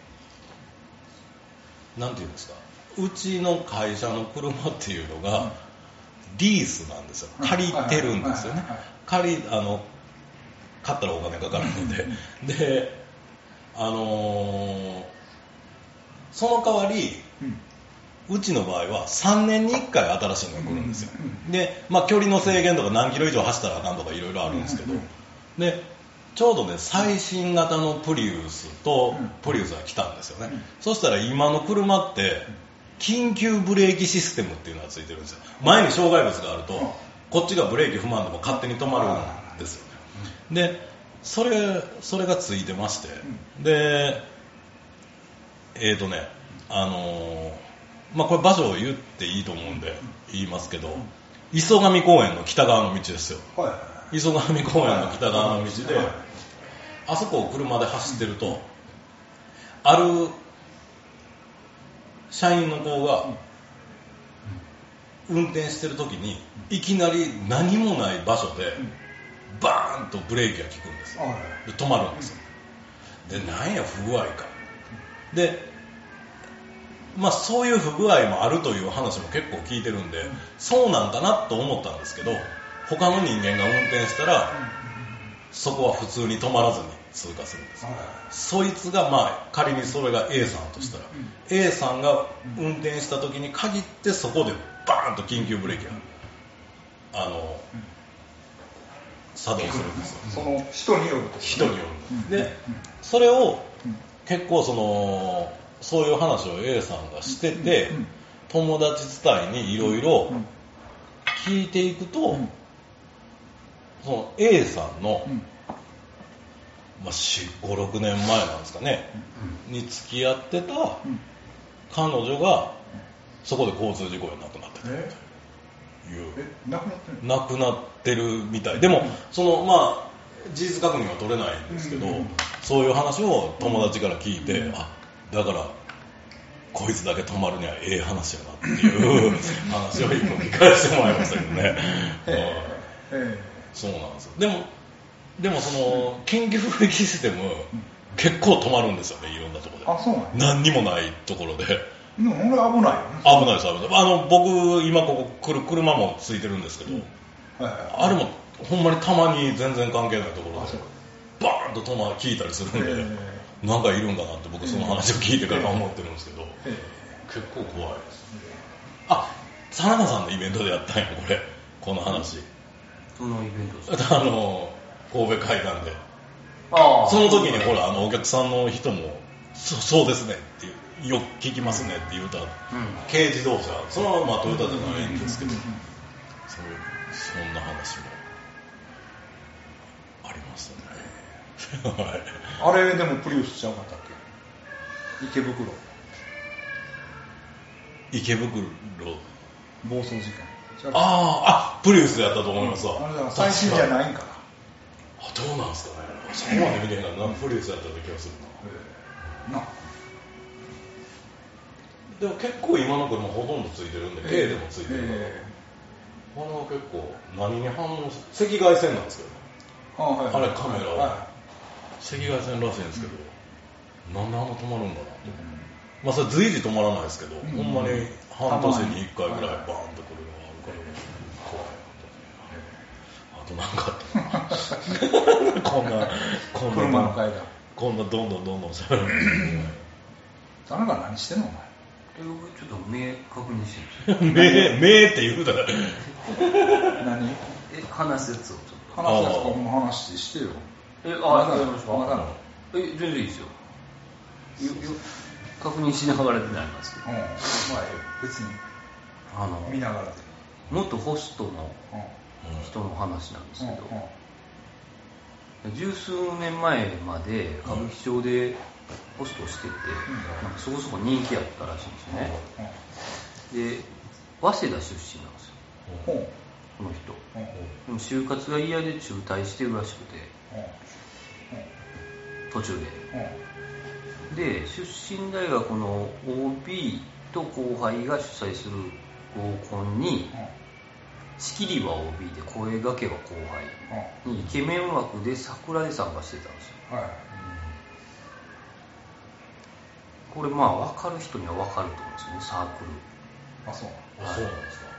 なんていうんですか。うちの会社の車っていうのがリースなんですよ。借りてるんですよね。借りあの買ったらお金かかるので、で、あのー、その代わり、うちの場合はさんねんにいっかい新しいのが来るんですよ。で、まあ距離の制限とか何キロ以上走ったらあかんとかいろいろあるんですけど、で、ちょうどね最新型のプリウスとプリウスが来たんですよね。そしたら今の車って緊急ブレーキシステムっていうのがついてるんですよ。前に障害物があるとこっちがブレーキ踏まんでも勝手に止まるんですよね。でそれそれがついてまして、でえーとねあのー、まあこれ場所を言っていいと思うんで言いますけど、磯上公園の北側の道ですよ。磯上公園の北側の道で、あそこを車で走ってると、ある社員の子が運転してる時にいきなり何もない場所でバーンとブレーキが効くんですよ。で止まるんですよ。でなんや不具合かで、まあそういう不具合もあるという話も結構聞いてるんで、そうなんかなと思ったんですけど、他の人間が運転したらそこは普通に止まらずに通過するんですよ。そいつがまあ仮にそれが A さんとしたら、A さんが運転した時に限ってそこでバーンと緊急ブレーキがあの作動するんですよ。 その人によると、 人による。でそれを結構そのそういう話を A さんがしてて、友達伝いにいろいろ聞いていくと、その A さんの、まあ、よん、ご、ろくねんまえなんですかね、に付き合ってた彼女がそこで交通事故で亡くなってたっていう。 え亡くなってる亡くなってるみたい。でもそのまあ事実確認は取れないんですけど、そういう話を友達から聞いて、あ、だからこいつだけ止まるにはええ話やなっていう話を今聞かせてもらいましたけどね。そうなんですよ。でもでもその緊急ブレーキシステム結構止まるんですよね、いろんなところで。 あ、そうなん何にもないところで。 でも俺危ないよね。 危ないです、危ないです。あの僕今ここ来る車もついてるんですけど、うんはいはいはい、あれもほんまにたまに全然関係ないところでバーンと止ま聞いたりするんで、なんかいるんかなって僕その話を聞いてから思ってるんですけど、結構怖いです。あ、田中さんのイベントでやったんやこれ、この話。 どのイベントですか？ あの神戸会館で。 あその時にほらあのお客さんの人もそそうですねっていうよく聞きますねって言うた、うん、軽自動車そのままトヨタじゃないんですけど、うんうんうんうん、そうそんな話もありますねあれでもプリウスちゃうかったっけ池袋池袋暴走事件ああプリウスやったと思いますわ、 うん、あれだ最新じゃないんかなあどうなんですかねそこまで見てへんからなプリウスやったような気がするな、なでも結構今の車ほとんどついてるんで、軽でもついてるから、えー、あれは結構何に反応する赤外線なんですけどねあ、はいはい、あれカメラは、はい、赤外線らしいんですけど、うん、なんであんな止まるんだなと、うん、まあそれ随時止まらないですけど、うん、ほんまに半年にいっかいぐらいバーンと来るのがあるから怖いなと、あとなんかあったこんなこんな車の階段こんなどんどんどんどんしゃべる田中何してんのお前僕ちょっと目確認してるんですよ目目って言うたら何え話すやつをちょっと話すやつかも話してよえああやりましょうえ全然いいですよよよ確認しながらでなりますけど、うん、まあ別にあの見ながらで元ホストの人の話なんですけど、うんうん、十数年前まで歌舞伎町でホストをしてて、うん、なんかそこそこ人気あったらしいんですよね、うん、で早稲田出身なんですよ、うん、この人、うん、でも就活が嫌で中退してるらしくて、うん、途中で、うん、で出身大学の オービー と後輩が主催する合コンに、うん、仕切りは オービー で声掛けは後輩にイケメン枠で桜で参加してたんですよ、はい、これまあ分かる人には分かると思うんですよね、サークル。 あ、そう、 はい、そうなんですか。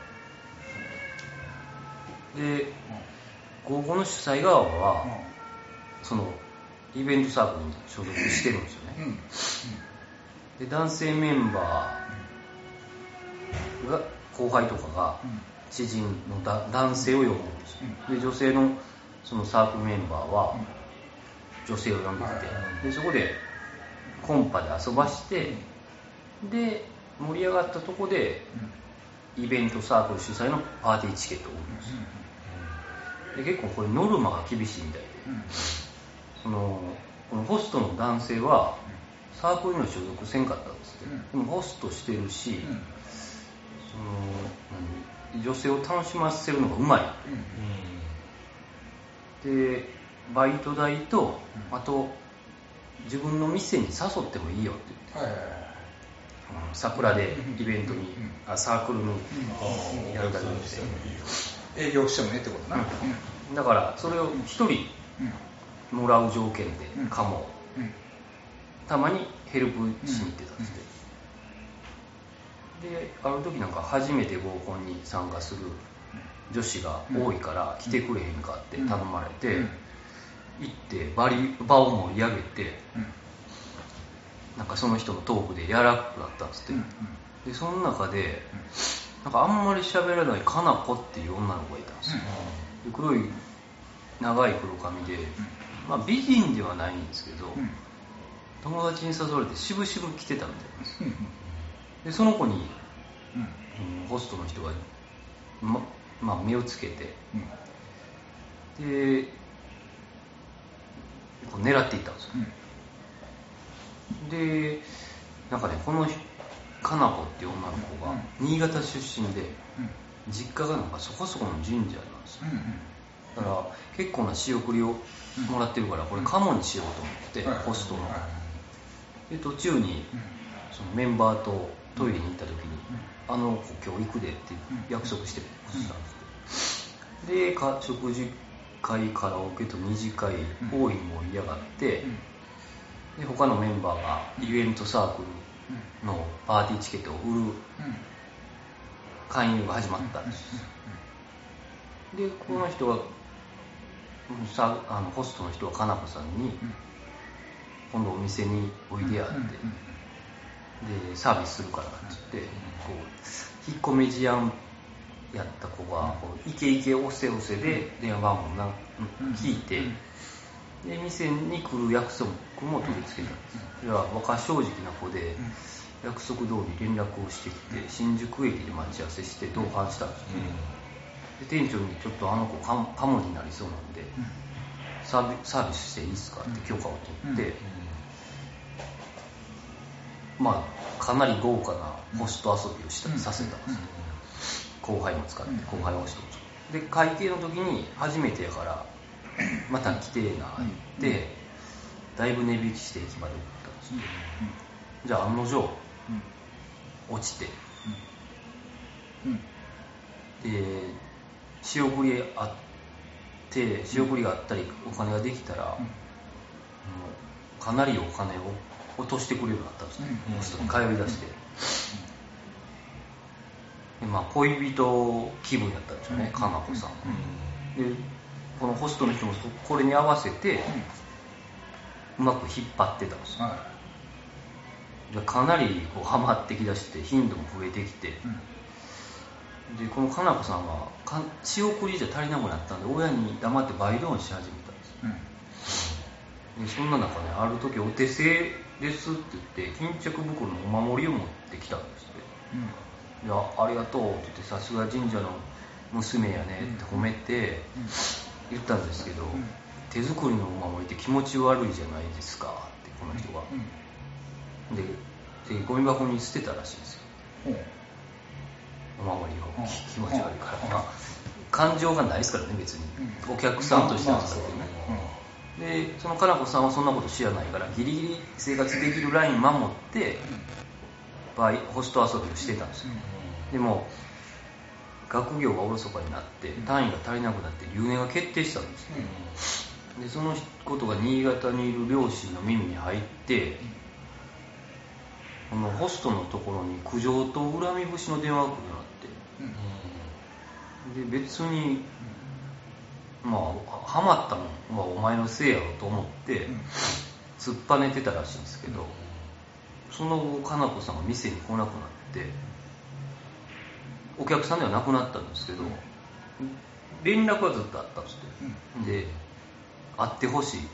で、うん、合コンの主催側は、うん、そのイベントサークルに所属してるんですよね、うんうん、で男性メンバーが後輩とかが知人のだ男性を呼ぶんですよ、うん、で女性のそのサークルメンバーは女性を呼んできて、うん、でそこでコンパで遊ばして、うん、で盛り上がったとこで、うん、イベントサークル主催のパーティーチケットを売るんですよ、うん、で結構これノルマが厳しいみたいで、うん、そのこのホストの男性はサークルには所属せんかったんですって、うん、でもホストしてるし、うん、その女性を楽しませるのがうまい、うん、でバイト代と、あと自分の店に誘ってもいいよって言って、はいはいはい、桜でイベントに、うん、あサークルにやるだけで営業してもねってことな、 うん、だからそれを一人もらう条件でかも、うんうん、たまにヘルプしに行ってたんですって、うん、である時なんか初めて合コンに参加する女子が多いから来てくれへんかって頼まれて、うんうん、行ってバリ場を盛り上げて、うん、なんかその人のトークでやらくなったんですって、うんうん、でその中で、うん、なんかあんまり喋らないかなこっていう女の子がいたんですよ、うん、で黒い長い黒髪で、うん、まあ、美人ではないんですけど、うん、友達に誘われて渋々来てたみたいです、うん、でその子に、うん、ホストの人が、ままあ、目をつけて、うん、でこう狙っていったんですよ、うん、でなんかねこのかなこっていう女の子が新潟出身で、うん、実家がなんかそこそこの神社なんですよ、うんうん、だから結構な仕送りをもらってるからこれカモにしようと思って、うん、ホストの、で途中にそのメンバーとトイレに行った時に、うん、あの子今日行くでって約束してたんですよ、でか食事会カラオケと二次会大いに盛り上がって、うん、で他のメンバーがイベントサークルのパーティーチケットを売る勧誘が始まったんです、でこの人がさあのホストの人はかなこさんに今度お店においでやって、でサービスするからって言ってこう引っ込み思案やった子がこうイケイケ押せ押せで電話番号な聞いて、 で店に来る約束も取り付けたんです。いや若正直な子で、約束通り連絡をしてきて、新宿駅で待ち合わせして同伴したんですよ、うん、で店長にちょっとあの子カモになりそうなんで、うん、サービ、サービスしていいですかって許可を取って、うんうん、まあかなり豪華なホスト遊びをした、うん、させたんですよ、うん、後輩も使って、後輩ホストも使ってで会計の時に初めてやからまた来てえな言って、うん、だいぶ値引きして駅まで送ったんですよ、うん、じゃあ案の定落ちて、うんうん、で仕送りあって仕送りがあったりお金ができたら、うん、もうかなりお金を落としてくれるようになったんですね、うん、ホストに通い出して、うん、でまあ恋人気分やったんですよね、かなこさんは、うん、でこのホストの人もこれに合わせて、うん、うまく引っ張ってたんですよ、はい、かなりこうハマってきだして頻度も増えてきて、うん、でこのかなこさんはか仕送りじゃ足りなくなったんで親に黙ってバイトをし始めたんです、うん、でそんな中ねある時お手製ですって言って巾着袋のお守りを持ってきたんですって、うん、いやありがとうって言ってさすが神社の娘やねって褒めて言ったんですけど、うん、手作りのお守りって気持ち悪いじゃないですかってこの人が、うん、で, でゴミ箱に捨てたらしいんですよ、うん、お守りを、うん、気持ち悪いから、まあ、感情がないですからね別に、うん、お客さんとしては使ってね、うん、でそのかなこさんはそんなこと知らないからギリギリ生活できるライン守ってバイホスト遊びをしてたんですよ、うん、でも学業がおろそかになって単位が足りなくなって留年が決定したんですね、うん、でそのことが新潟にいる両親の耳に入って、このホストのところに苦情と恨み節の電話が来るようになって、うん、で別にまあハマったのはお前のせいやろと思って突っぱねてたらしいんですけど、その後かなこさんが店に来なくなってお客さんではなくなったんですけど、連絡はずっとあったんですって、で会ってほしいって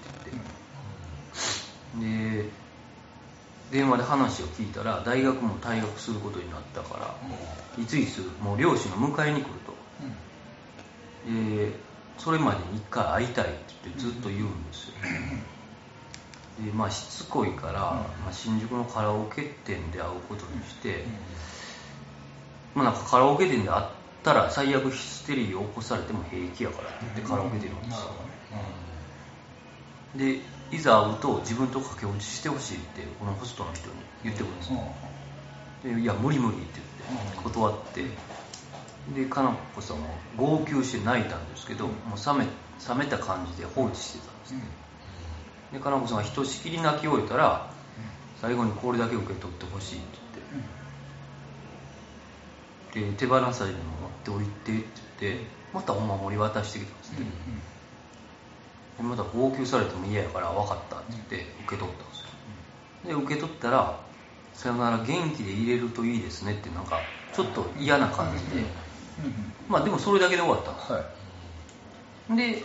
言って、で電話で話を聞いたら大学も退学することになったから、いついつもう両親が迎えに来ると、でそれまでに一回会いたいって言ってずっと言うんですよ、でまあしつこいから、まあ、新宿のカラオケ店で会うことにして、まあ、なんかカラオケ店で会ったら最悪ヒステリーを起こされても平気やからって言ってカラオケ出るんですよ、うん、でいざ会うと自分と駆け落ちしてほしいってこのホストの人に言ってくるんですよ、うん、でいや無理無理って言って断って、でかなこさんも号泣して泣いたんですけど、もう冷め、冷めた感じで放置してたんですね、うん、でかなこさんがひとしきり泣き終えたら最後にこれだけ受け取ってほしいって言って、で手放されるの持って降りてって言ってまたお守り渡してきたんですね、うんうん、でまた号泣されても嫌やから分かったって言って受け取ったんですよ、で受け取ったらさよなら元気で入れるといいですねってなんかちょっと嫌な感じで、うんうん、まあでもそれだけで終わったんです、はい、で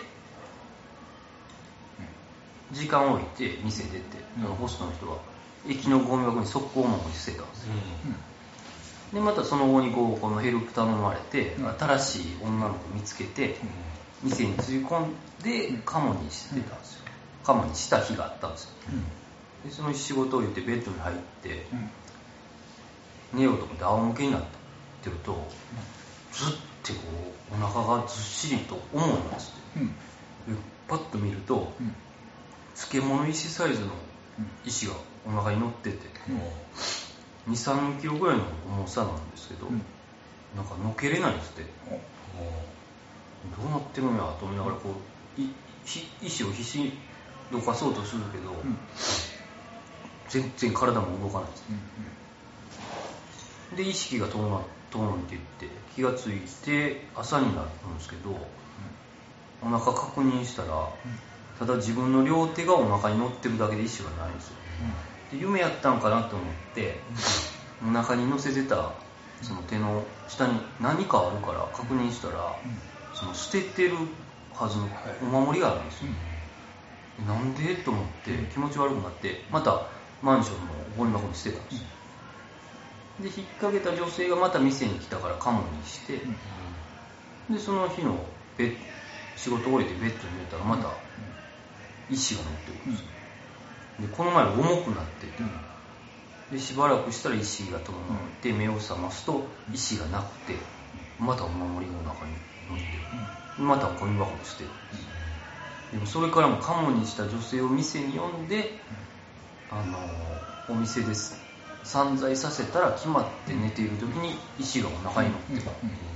時間を置いて店出て、うん、ホストの人は駅のゴミ箱に速攻お守り捨てたんですよ、うんうん、でまたその後にこうこのヘルプ頼まれて、うん、新しい女の子見つけて、うん、店に連れ込んでカモにしてたんですよ、うん、カモにした日があったんですよ、うん、でその仕事を言ってベッドに入って、うん、寝ようと思って仰向けになってると、うん、ずってこうお腹がずっしりと重いんですって、うん、でパッと見ると、うん、漬物石サイズの石がお腹に乗ってて、うん、にさんキロぐらいの重さなんですけど、うん、なんかのけれないんですって、うん、どうなってるんやと思いながらこうい石を必死にどかそうとするけど、うん、全然体も動かないです、うん、で意識が遠のいていって気がついて朝になるんですけど、うん、お腹確認したら、うん、ただ自分の両手がお腹に乗ってるだけで意識がないんですよ、うん、で夢やったんかなと思って、うん、お腹に乗せてたその手の下に何かあるから確認したら、うん、その捨ててるはずのお守りがあるんですよ、 なんでと思って気持ち悪くなってまたマンションのゴミ箱に捨てたんです、うん、で引っ掛けた女性がまた店に来たからカモにして、うん、でその日のベッ仕事終えてベッドに寝たらまた石が乗ってるんですよ、うん、でこの前重くなってて、うん、でしばらくしたら石が伴って目を覚ますと石がなくてまたお守りの中に乗ってる、またゴミ箱に捨てる、でもそれからもカモにした女性を店に呼んで、あのお店で散財させたら決まって寝ている時に石がお腹に乗ってる、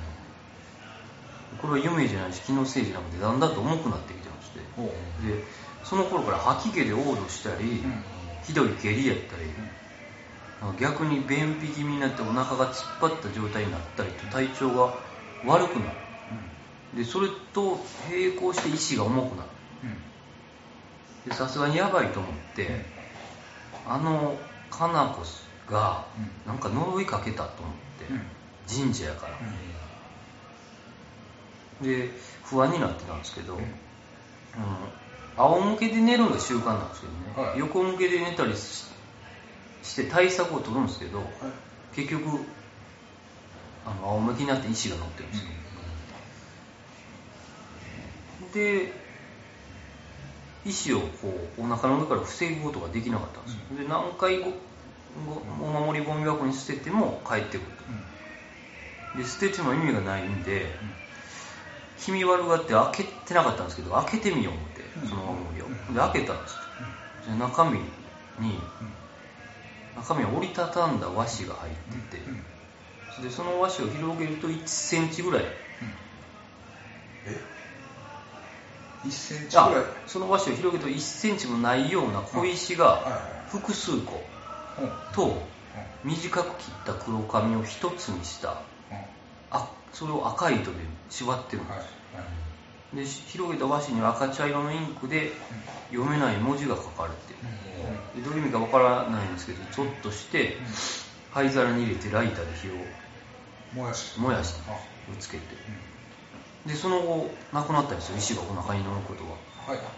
これは夢じゃないし気のせいじゃなくてだんだんと重くなってきてまして、でその頃から吐き気で嘔吐したり、ひどい下痢やったり、逆に便秘気味になってお腹が突っ張った状態になったりと体調が悪くなる、でそれと並行して意志が重くなる、さすがにやばいと思って、あのかなこがなんか呪いかけたと思って、神社やから、で不安になってたんですけど、うん、仰向けで寝るのが習慣なんですけどね、はい、横向けで寝たり し, して対策を取るんですけど、はい、結局あの仰向けになって石が乗ってるんですよ、うん、で石をこうお腹の上から防ぐことができなかったんですよ、うん、で何回ごお守りゴミ箱に捨てても帰ってくると、うん、で捨てても意味がないんで、うん、気味悪がって開けてなかったんですけど開けてみよう思って、そのお守りをで開けたんですよ、で中身に中身は折りたたんだ和紙が入ってて、でその和紙を広げるといっセンチぐらい、うん、 えいっセンチぐらい、 その和紙を広げるといっセンチもないような小石が複数個と短く切った黒紙を一つにしたあそれを赤い糸で縛ってるんです、で広げた和紙には赤茶色のインクで読めない文字が書かれてる、でどういう意味かわからないんですけどちょっとして灰皿に入れてライターで火を燃やして燃やしてぶつけて、でその後なくなったんですよ、石がお腹に乗ることが、はい、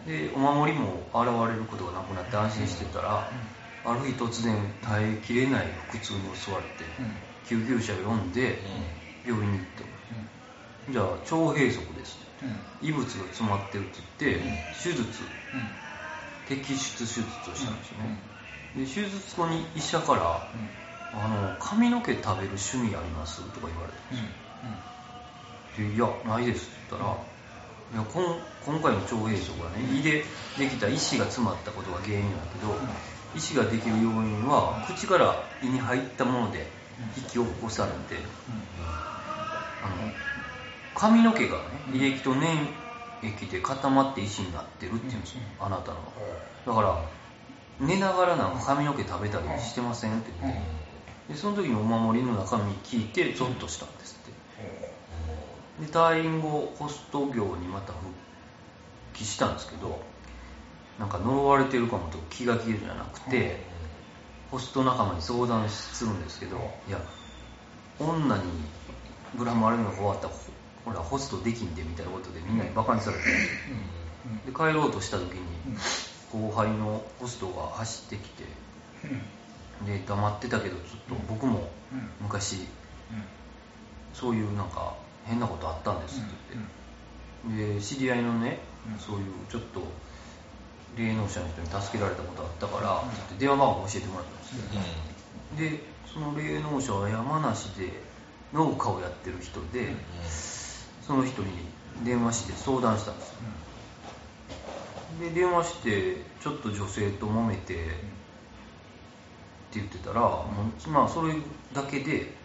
でお守りも現れることがなくなって安心してたら、うん、ある日突然耐えきれない腹痛に襲われて、うん、救急車を呼んで病院に行って、うん、じゃあ腸閉塞です、うん、異物が詰まってるって言って、うん、手術、うん、摘出手術をしたんですよね、うん、で手術後に医者から、うん、あの髪の毛食べる趣味ありますとか言われたんですよ、うんうん、でいやないですって言ったら、いやこん今回の腸閉塞はね胃でできた石が詰まったことが原因だけど、うん、石ができる要因は口から胃に入ったもので引き起こされて、うん、あの髪の毛がね胃液と粘液で固まって石になってるっていうんですよ、あなたのは。だから寝ながらなんか髪の毛食べたりしてませんって言って、でその時にお守りの中身聞いてゾッとしたんですって。で退院後ホスト業にまた復帰したんですけど、なんか呪われてるかもと気が気じゃなくて、ホスト仲間に相談するんですけど、いや女にブラマルのが終わったらほらホストできんでみたいなことでみんなにバカにされて、で帰ろうとした時に後輩のホストが走ってきて、で黙ってたけどちょっと僕も昔そういうなんか変なことあったんですって言って、で知り合いのねそういうちょっと霊能者の人に助けられたことあったからって電話番号教えてもらったんですよ、うん、でその霊能者は山梨で農家をやってる人で、うん、その人に電話して相談したんですよ、うん、で電話してちょっと女性と揉めて、うん、って言ってたら、うん、まあそれだけで、うん、あの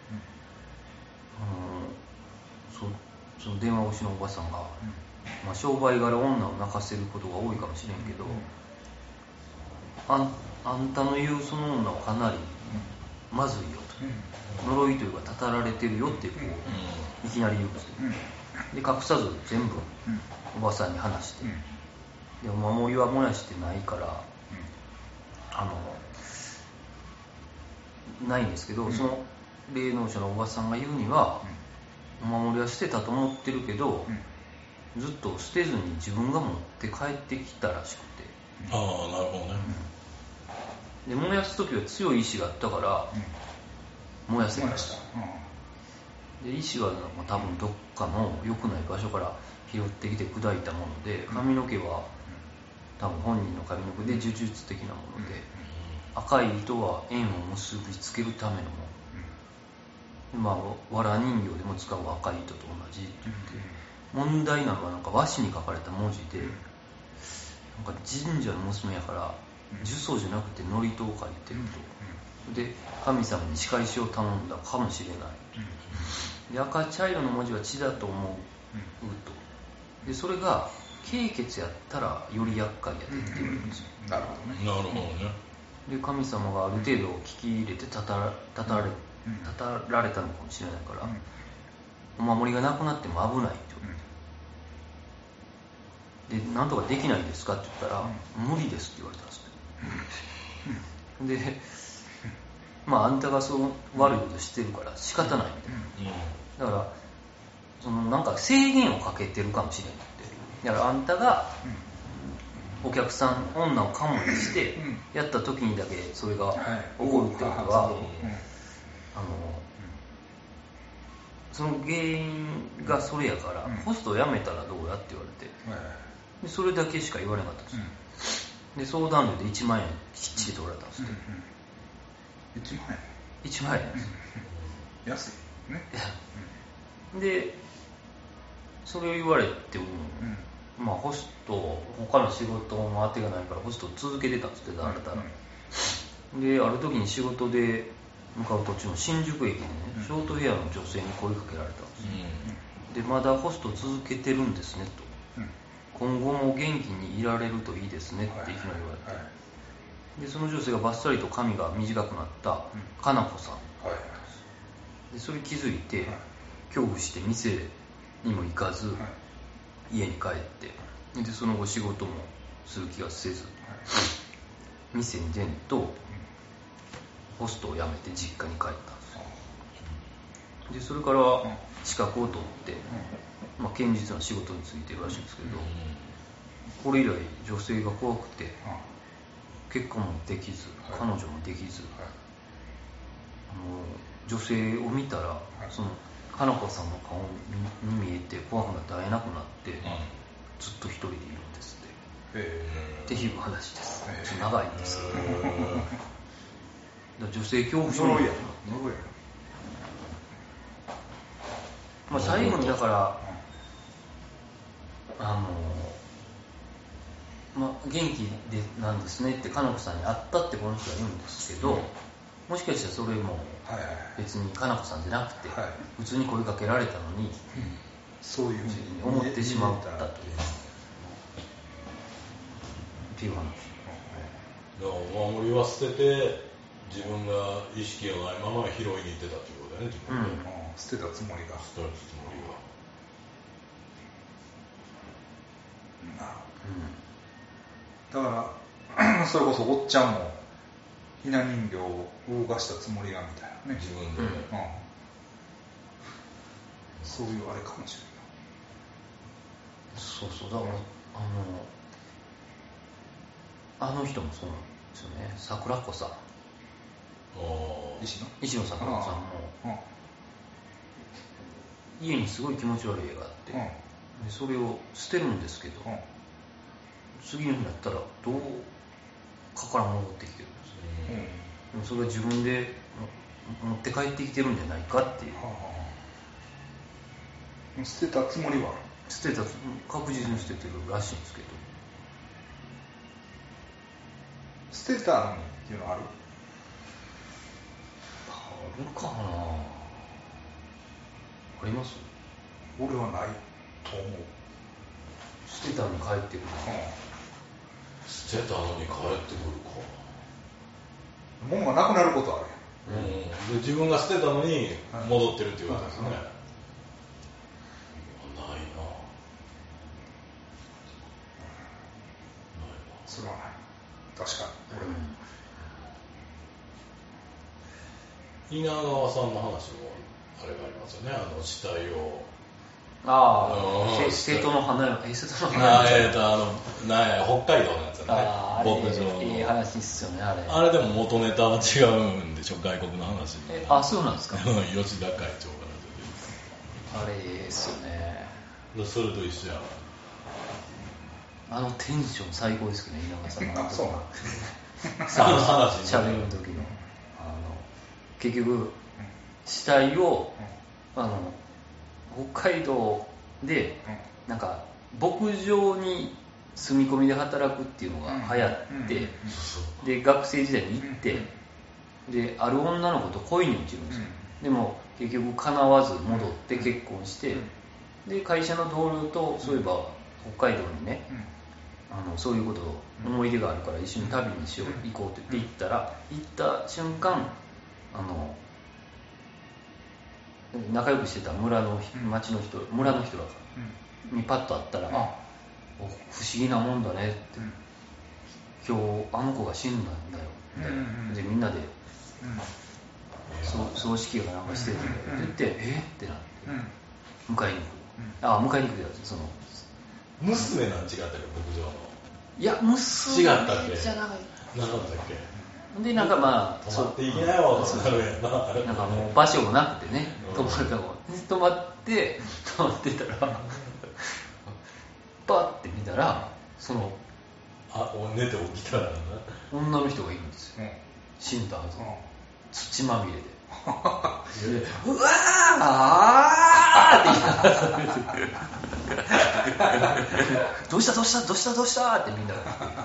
そ, その電話越しのおばさんが、うんまあ、商売柄女を泣かせることが多いかもしれんけど、あ ん, あんたの言うその女はかなりまずいよと、呪いというかたたられてるよってこういきなり言うんですけど、で隠さず全部おばさんに話して、でお守りは燃やしてないからあのないんですけど、その霊能者のおばさんが言うには、お守りは捨てたと思ってるけど、 ずっと捨てずに自分が持って帰ってきたらしくて、 ああなるほどね、 うん、で燃やす時は強い意志があったから、うん、燃やせました、うん、で石は多分どっかの良くない場所から拾ってきて砕いたもので、髪の毛は多分本人の髪の毛で呪術的なもので、赤い糸は縁を結びつけるためのもの、まあ、わら人形でも使う赤い糸と同じって言って、問題なのはなんか和紙に書かれた文字で、なんか神社の娘やから呪詛じゃなくて祝詞を書いてると、で神様に仕返しを頼んだかもしれない、で赤茶色の文字は血だと思うと、でそれが経血やったらより厄介やでって言うんですよ、 なるほどね、 なるほどね。 で神様がある程度聞き入れてたたたたれたたられたのかもしれないから、お守りがなくなっても危ないって言って、でなんとかできないんですかって言ったら、無理ですって言われたんですよ、でまああんたがそう悪いことしてるから仕方ないみたいな、だからそのなんか制限をかけてるかもしれないって、だからあんたがお客さん女をカモにしてやった時にだけそれが起こるってことは、あのその原因がそれやから、ホストを辞めたらどうやって言われて、でそれだけしか言われなかったんですよ、で相談料でいちまんえんきっちり取られたんですよ、 いちまんえんいちまんえんです安いね、 でそれを言われても、うん、まあホスト他の仕事の当てがないからホストを続けてたんですけど、あなたら、うん、である時に仕事で向かう途中の新宿駅でね、うん、ショートヘアの女性に声かけられたんですよ、うん、でまだホスト続けてるんですねと、うん、今後も元気にいられるといいですねっていきなり言われて、はいはい、でその女性がバッサリと髪が短くなったかなこさん、はいはい、でそれ気づいて、はい、恐怖して店にも行かず、はい、家に帰ってでその後仕事もする気がせず、はい、店に出んと、うん、ホストを辞めて実家に帰ったんですよ、うん、でそれから資格を取って、うん、まあ、堅実な仕事に就いてるらしいんですけど、うん、これ以来女性が怖くて、うん、結婚もできず、はい、彼女もできず、はい、あの女性を見たら、はい、そのかなこさんの顔に見えて怖くなって会えなくなって、うん、ずっと一人でいるんですって、っていう話です。ちょっと長いんですけど、女性恐怖症呪いや呪いや、まあ、最後にだから、あの、まあ、元気でなんですねってかなこさんに会ったってこの人は言うんですけど、うん、もしかしたらそれも別にかなこさんじゃなくて、はい、普通に声かけられたのに、うん、 そういうふうに思ってしまったというっていう話。 だからお守りは捨てて自分が意識がないまま拾いに行ってたっていうことだよね、 うん、捨てたつもりが捨てたつもりが、 うん、だからそれこそおっちゃんもひな人形を動かしたつもりがみたいなね、 自分で、ね、うん、 そういうあれかもしれない。 そうそう、だからあのあの人もそうなんですよね、桜子さん、石野石野桜子さんも家にすごい気持ち悪い絵があって、でそれを捨てるんですけど、次の日になったらどうかから戻ってきてるんですよ、うん、でもそれは自分で持って帰ってきてるんじゃないかっていう、はあ、捨てたつもりは捨てた確実に捨ててるらしいんですけど、 捨てたのにっていうのはあるあるかな、あります？ 俺はないと思う。 捨てたのに帰ってくる、うん、 捨てたのに帰ってくるか、 物がなくなることある、 うん、で自分が捨てたのに戻ってるっていうことですね、はいはい、ないな、ないな、 それはない、確かに、 うん、稲川さんの話もあれがありますよね、あの死体をああ、瀬戸の花よ、え、瀬戸の花あえーと、あの、なんや、北海道のやつやね。 あ牧場の。 いい話っすよね、あれ。 あれでも元ネタは違うんでしょ、外国の話。 え、あ、そうなんですか。 吉田会長から出てる。 あれ、ええっすよね。 それと一緒や。 あのテンション最高ですけどね、稲川さんの。 あ、そうなんさあ、喋る時の。あの、結局、死体を、あの、北海道で、なんか、牧場に住み込みで働くっていうのが流行って、で、学生時代に行って、で、ある女の子と恋に落ちるんですよ。でも、結局叶わず戻って結婚して、で、会社の同僚と、そういえば、北海道にね、あのそういうことを思い出があるから一緒に旅にしよう、行こうって言って行ったら、行った瞬間、あの仲良くしてた村の町の人、村の人らにパッと会ったら、あ、不思議なもんだねって、今日あの子が死んだんだよみたいな、でみんなで葬式がなんかしてるんだよって言って、えってなって迎えに行く、あ迎えに行くやつ、その娘なん違ったっけ、牧場の。 いや、娘違ったっけ、 じゃない。 何だったっけ。 で、なんかまあ、 泊まっていけないわ、となるやな。 なんかもう場所もなくてね、泊まるとこ。泊まって、泊まってたら、パッて見たら、その、 あ、寝て起きたらな。 女の人がいるんですよ。死んだはず。土まみれで。でうわーあーって言いながらどうしたどうしたどうしたどうしたってみんな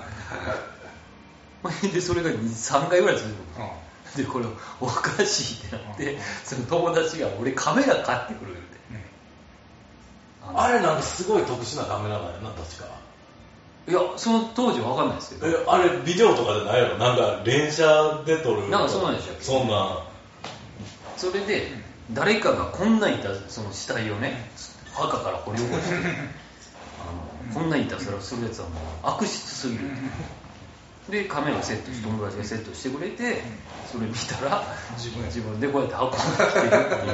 で、それがに、さんかいぐらい続くで、これおかしいってなって、その友達が俺カメラ買ってくるって、 うん、あ, あれなんかすごい特殊なカメラなんやな、確か。 いや、その当時は分かんないですけど、 え、あれビデオとかじゃないやろ、なんか連写で撮る、 なんかそうなんでしたっけ。 そんなそれで誰かがこんないたその死体をね、墓から掘り起こしてあのこんないたずらをするやつはもう悪質すぎるで、カメラをセットして、友達がセットしてくれて、それ見たら自分自分でこうやって運んできてるっていう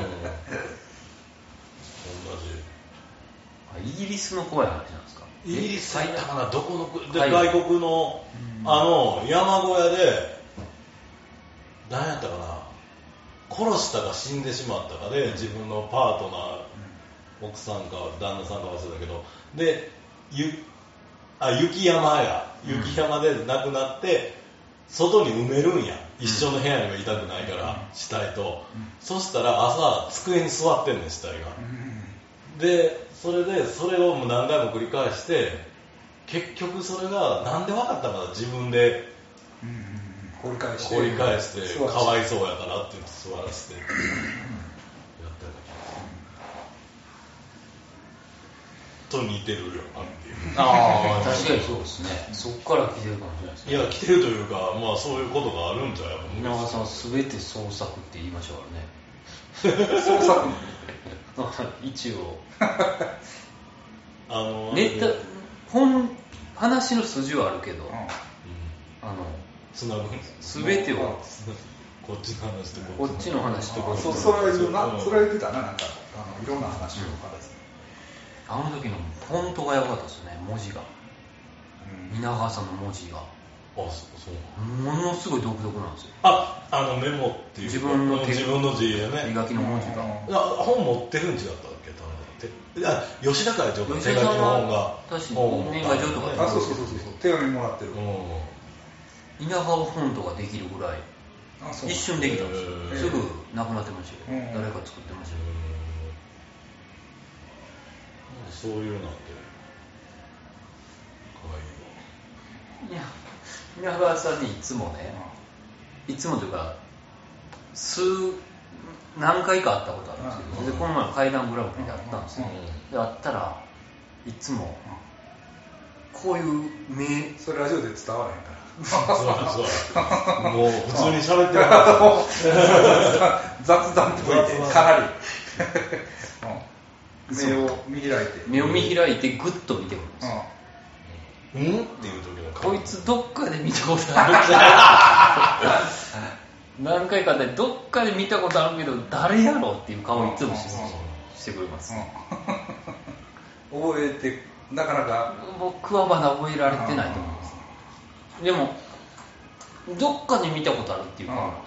イギリスの怖い話なんですか。 イギリス入ったかな、どこので外国のあの山小屋で何やったかな、殺したか死んでしまったかで、自分のパートナー、奥さんか旦那さんか忘れたけど、でゆあ雪山や雪山で亡くなって外に埋めるんや、一緒の部屋にはいたくないから死体と、そしたら朝机に座ってんねん、死体が。でそれでそれをもう何回も繰り返して、結局それがなんで分かったかな、自分で掘り返して掘り返してかわいそうやからって言って座らせてやったよと似てるよなっていう。 ああ、確かにそうですね。そっから来てるかもしれないですね。 いや、来てるというか、まあそういうことがあるんじゃないか。 稲川さんは全て創作って言いましょうからね。 創作一応あのネタ本話の筋はあるけど、うん、あのつなぐ全てをこっちの話とこっちの話とこっちの話、 それは言うな、それは言ってたな、なんかあのいろんな話を話す、 うん、あの時のフォントが良かったですね、文字が、うん、稲川さんの文字が、 あ、そうそう、 ものすごい独特なんですよ。 あ、あのメモっていう自分の手自分の字でね、 手書きの文字が、 あ、本持ってるん違ったっけ、あ、吉田会長の手書きの本が、 確かに年賀状とか、 あ、そうそうそうそう、手紙もらってる、 稲川フォントができるぐらい一瞬できたんですよ、えー、すぐなくなってましたけど、誰か作ってましたけど、そういうなんてかわいいわ。 いや、稲川さんにいつもね、いつもというか数何回か会ったことあるんですけど、でこの前階段グランプリで会ったんですよ、で会ったらいつもこういう目、 それラジオで伝わらへんからそうそうもう普通に喋ってるから雑談っぽいでかなり目を見開いて目を見開いてグッと見てくるんですよ、 うん、うんっていう時のこいつどっかで見たことある何回かでどっかで見たことあるけど誰やろっていう顔をいつもしてくれます、うん覚えてなかなか僕はまだ覚えられてないと思います。でもどっかで見たことあるっていうか、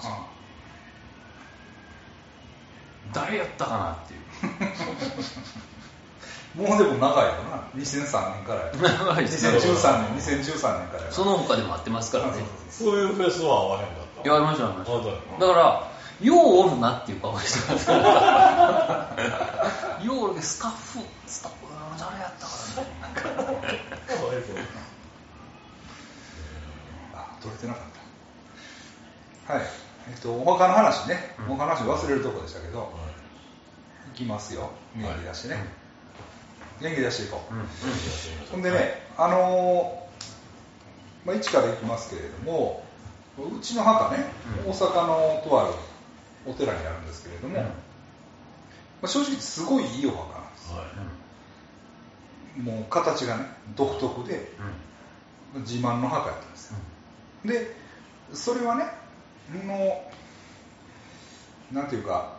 誰やったかなっていうもうでも長いよな、にせんさんねんから長いですね、にせんじゅうさんねんにせんじゅうさんねんからその他でも会ってますからね。 そういうフェスは合わへんかった。 いや、ありましたありました。だからようおるなっていう顔してますようおるスタッフスタッフ誰やったかなあ、取れてなかった。はい、えっとお墓の話ね、お墓の話忘れるとこでしたけど、いきますよ、元気出してね、元気出していこう。ほんでね、あのまあ、一からいきますけれども、うちの墓ね、大阪のとあるお寺にあるんですけれども、まあ、正直すごいいいお墓なんです、はい、もう形がね独特で、うん、自慢の墓やったんですよ、うん、でそれはねもうなんていうか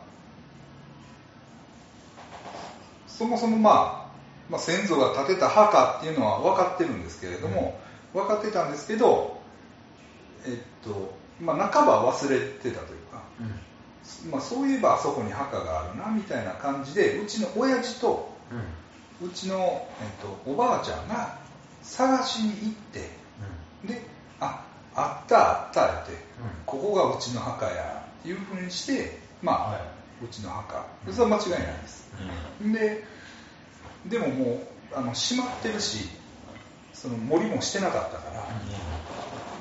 そもそも、まあ、まあ先祖が建てた墓っていうのは分かってるんですけれども、うん、分かってたんですけどえっとまあ半ば忘れてたというか、うんまあ、そういえばあそこに墓があるなみたいな感じでうちの親父と、うん、うちの、えっと、おばあちゃんが探しに行って、うん、でああったあったって、うん、ここがうちの墓やっていうふうにしてまあ、はい、うちの墓それは間違いないです、うん、ででももうあの閉まってるしその森もしてなかったから、うん、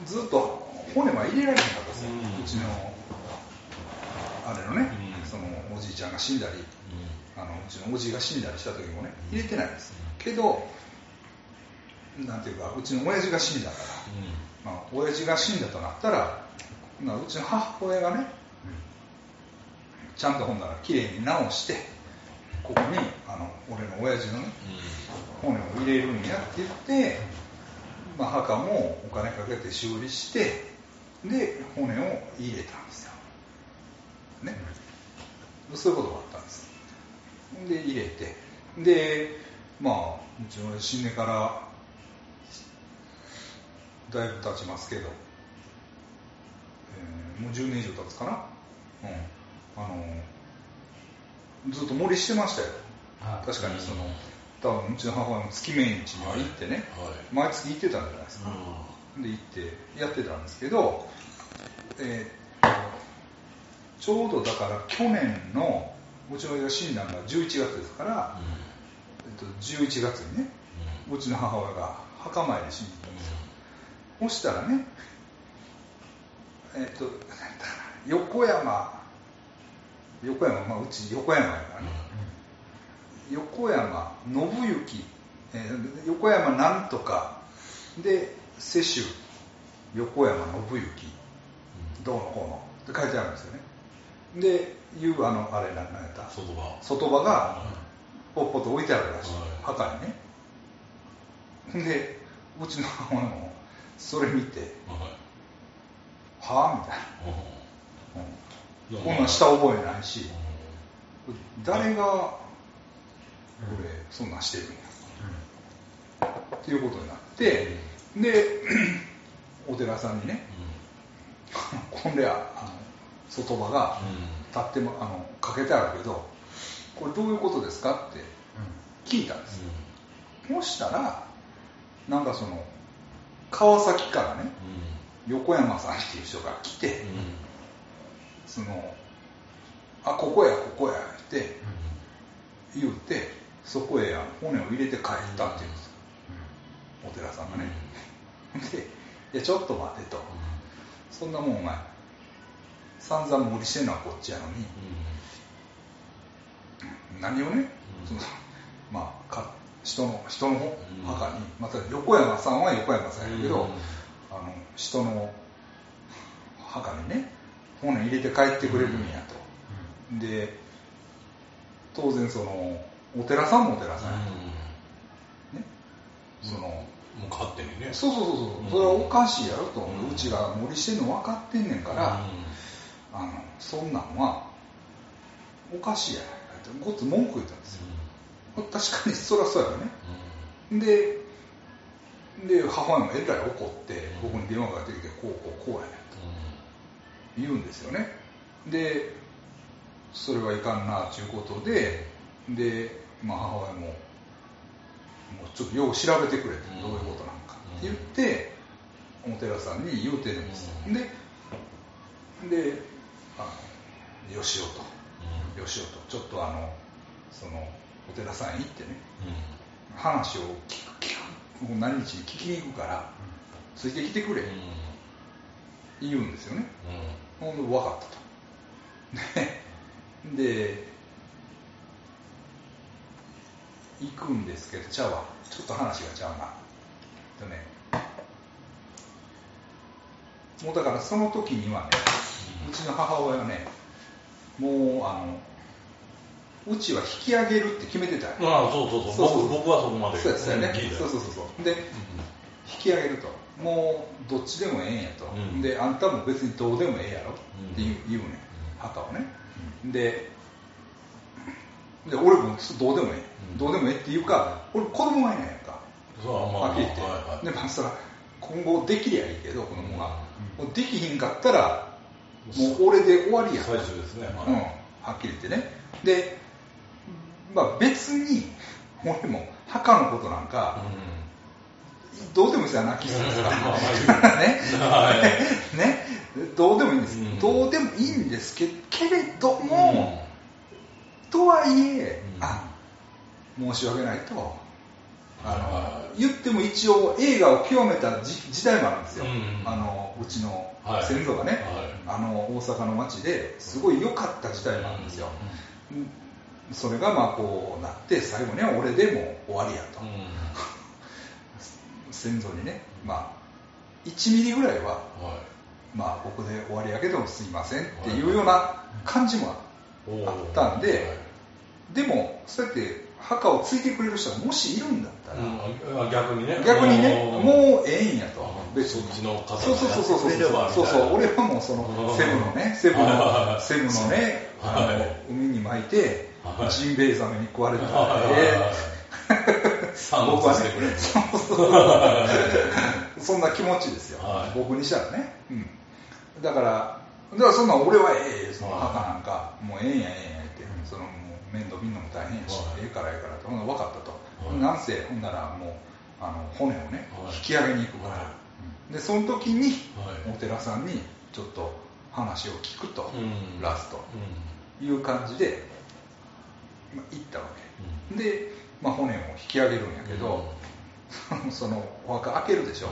ずっと骨は入れられなかったですよ、うん、うちのあれのね、うん、そのおじいちゃんが死んだり、うん、あのうちのおじいが死んだりした時もね入れてないんです、うん、けどなんていうかうちの親父が死んだから、うんまあ、親父が死んだとなったら、まあ、うちの母親がね、うん、ちゃんとほんならきれいに直してここにあの俺の親父のね、うん、骨を入れるんやって言って、まあ、墓もお金かけて修理してで骨を入れたんですよね、そういうことがあったんです。で入れてでまあうちの死んでからだいぶ経ちますけど、えー、もうじゅうねん以上経つかな、うん、あのずっと森してましたよ、はい、確かにその多分うちの母親も月命日には行ってね、はいはい、毎月行ってたんじゃないですか、うん、で行ってやってたんですけど、えーちょうどだから去年のうちの親が死んだのがじゅういちがつですから、うんえっと、じゅういちがつにね、うん、うちの母親が墓参りしに行ったんですよ、うん、そしたらねえっと横山横山まあうち横山やからね、うん、横山信行、えー、横山なんとかで世襲横山信行どうのこうのって書いてあるんですよね。でいうあのあれなんやった外場外場がポッポと置いてあるらしい、はい、墓にね。でうちの母親もそれ見て、はい、はあみたいな、うん、こんなんした覚えないし、うん、誰がこれそんなんしてるんや、うん、っていうことになって、うん、でお寺さんにね、うん、これはあの外場が立ってもあのかけてあるけどこれどういうことですかって聞いたんです、うん、そしたらなんかその川崎からね、うん、横山さんっていう人が来て、うん、そのあここやここやって言うてそこへ骨を入れて帰ったって言うんですよ、うん、お寺さんがね、うん、でいやちょっと待てと、うん、そんなもんお前散々無理してんのはこっちやのに、うん、何をね、うん、そのまあか人の人の墓に、うん、また横山さんは横山さんやけど、うん、あの人の墓にね骨入れて帰ってくれるんやと、うん、で当然そのお寺さんもお寺さんやと、うん、ね、そのもう勝手にねそうそうそうそう、うん、それはおかしいやろと、うん、うちが無理してんの分かってんねんから、うん、あのそんなんはおかしいやないかってごっつ文句言ったんですよ、 確かにそりゃそうやろね、うん、でで母親もえらい怒って僕に電話がかけてきてこうこうこうやねんと言うんですよね。でそれはいかんなということでで、まあ、母親ももうちょっとよう調べてくれてどういうことなのかって言ってお寺さんに言うてるんですよ。でであのよしおと、よしおとちょっとあのそのお寺さん行ってね、うん、話を聞く聞く何日に聞きに行くからついてきてくれ、うん、言うんですよね、うん、ほんで分かったとで行くんですけどちゃうわちょっと話がちゃうなとねもうだからその時にはねうちの母親はねもうあのうちは引き上げるって決めてたよ。 ああそうそうそう、そうそう僕, 僕はそこまでそうですよね、うん、そうそうそうそうで、うん、引き上げるともうどっちでもええんやと、うん、であんたも別にどうでもええやろって言う,、うん、言うね墓をね、うん、でで俺もどうでもええ、うん、どうでもええっていうか俺子供がいないやんかそうはっきり言って、はいはい、でまあそら今後できりゃいいけど子供が、うん、できひんかったらもう俺で終わりやん最終ですね、はいうん、はっきり言ってねでまあ、別に俺も墓のことなんか、うん、どうでもいいですよ泣きすぎですからねねどうでもいいんです、うん、どうでもいいんですけけれども、うん、とはいえ、うん、あ申し訳ないとあの言っても一応映画を極めた時代もあるんですよ、うん、あのうちの先祖がね、はい、あの大阪の街ですごい良かった時代もあるんですよ、うんそれがまあこうなって最後には俺でも終わりやと、うん、先祖にねまあいちミリぐらいは、はい、まあ僕で終わりやけどすいませんっていうような感じもあったんで、はい、でもそうやって墓をついてくれる人がもしいるんだったら、 うん、逆にね逆にねもうええんやと別にそっちの方がそうそうそうそうそうそうそう俺はもうそのセブのねセブのセブのねあの海に巻いてジンベエザメに食われたらえ僕はねそんな気持ちですよ、はい、僕にしたらね、うん、だからだからそんな俺はええその墓なんかもうええんやええんやって、うん、そのもう面倒見んのも大変やし、はい、ええからええからってほんな分かったと、はい、なんせほんならもうあの骨をね、はい、引き上げに行くから、はい、でその時に、はい、お寺さんにちょっと話を聞くと、うん、ラスト、うん、いう感じでまあ、行ったわけ、うん、で、まあ、骨を引き上げるんやけど、うん、そのお墓開けるでしょ、はい、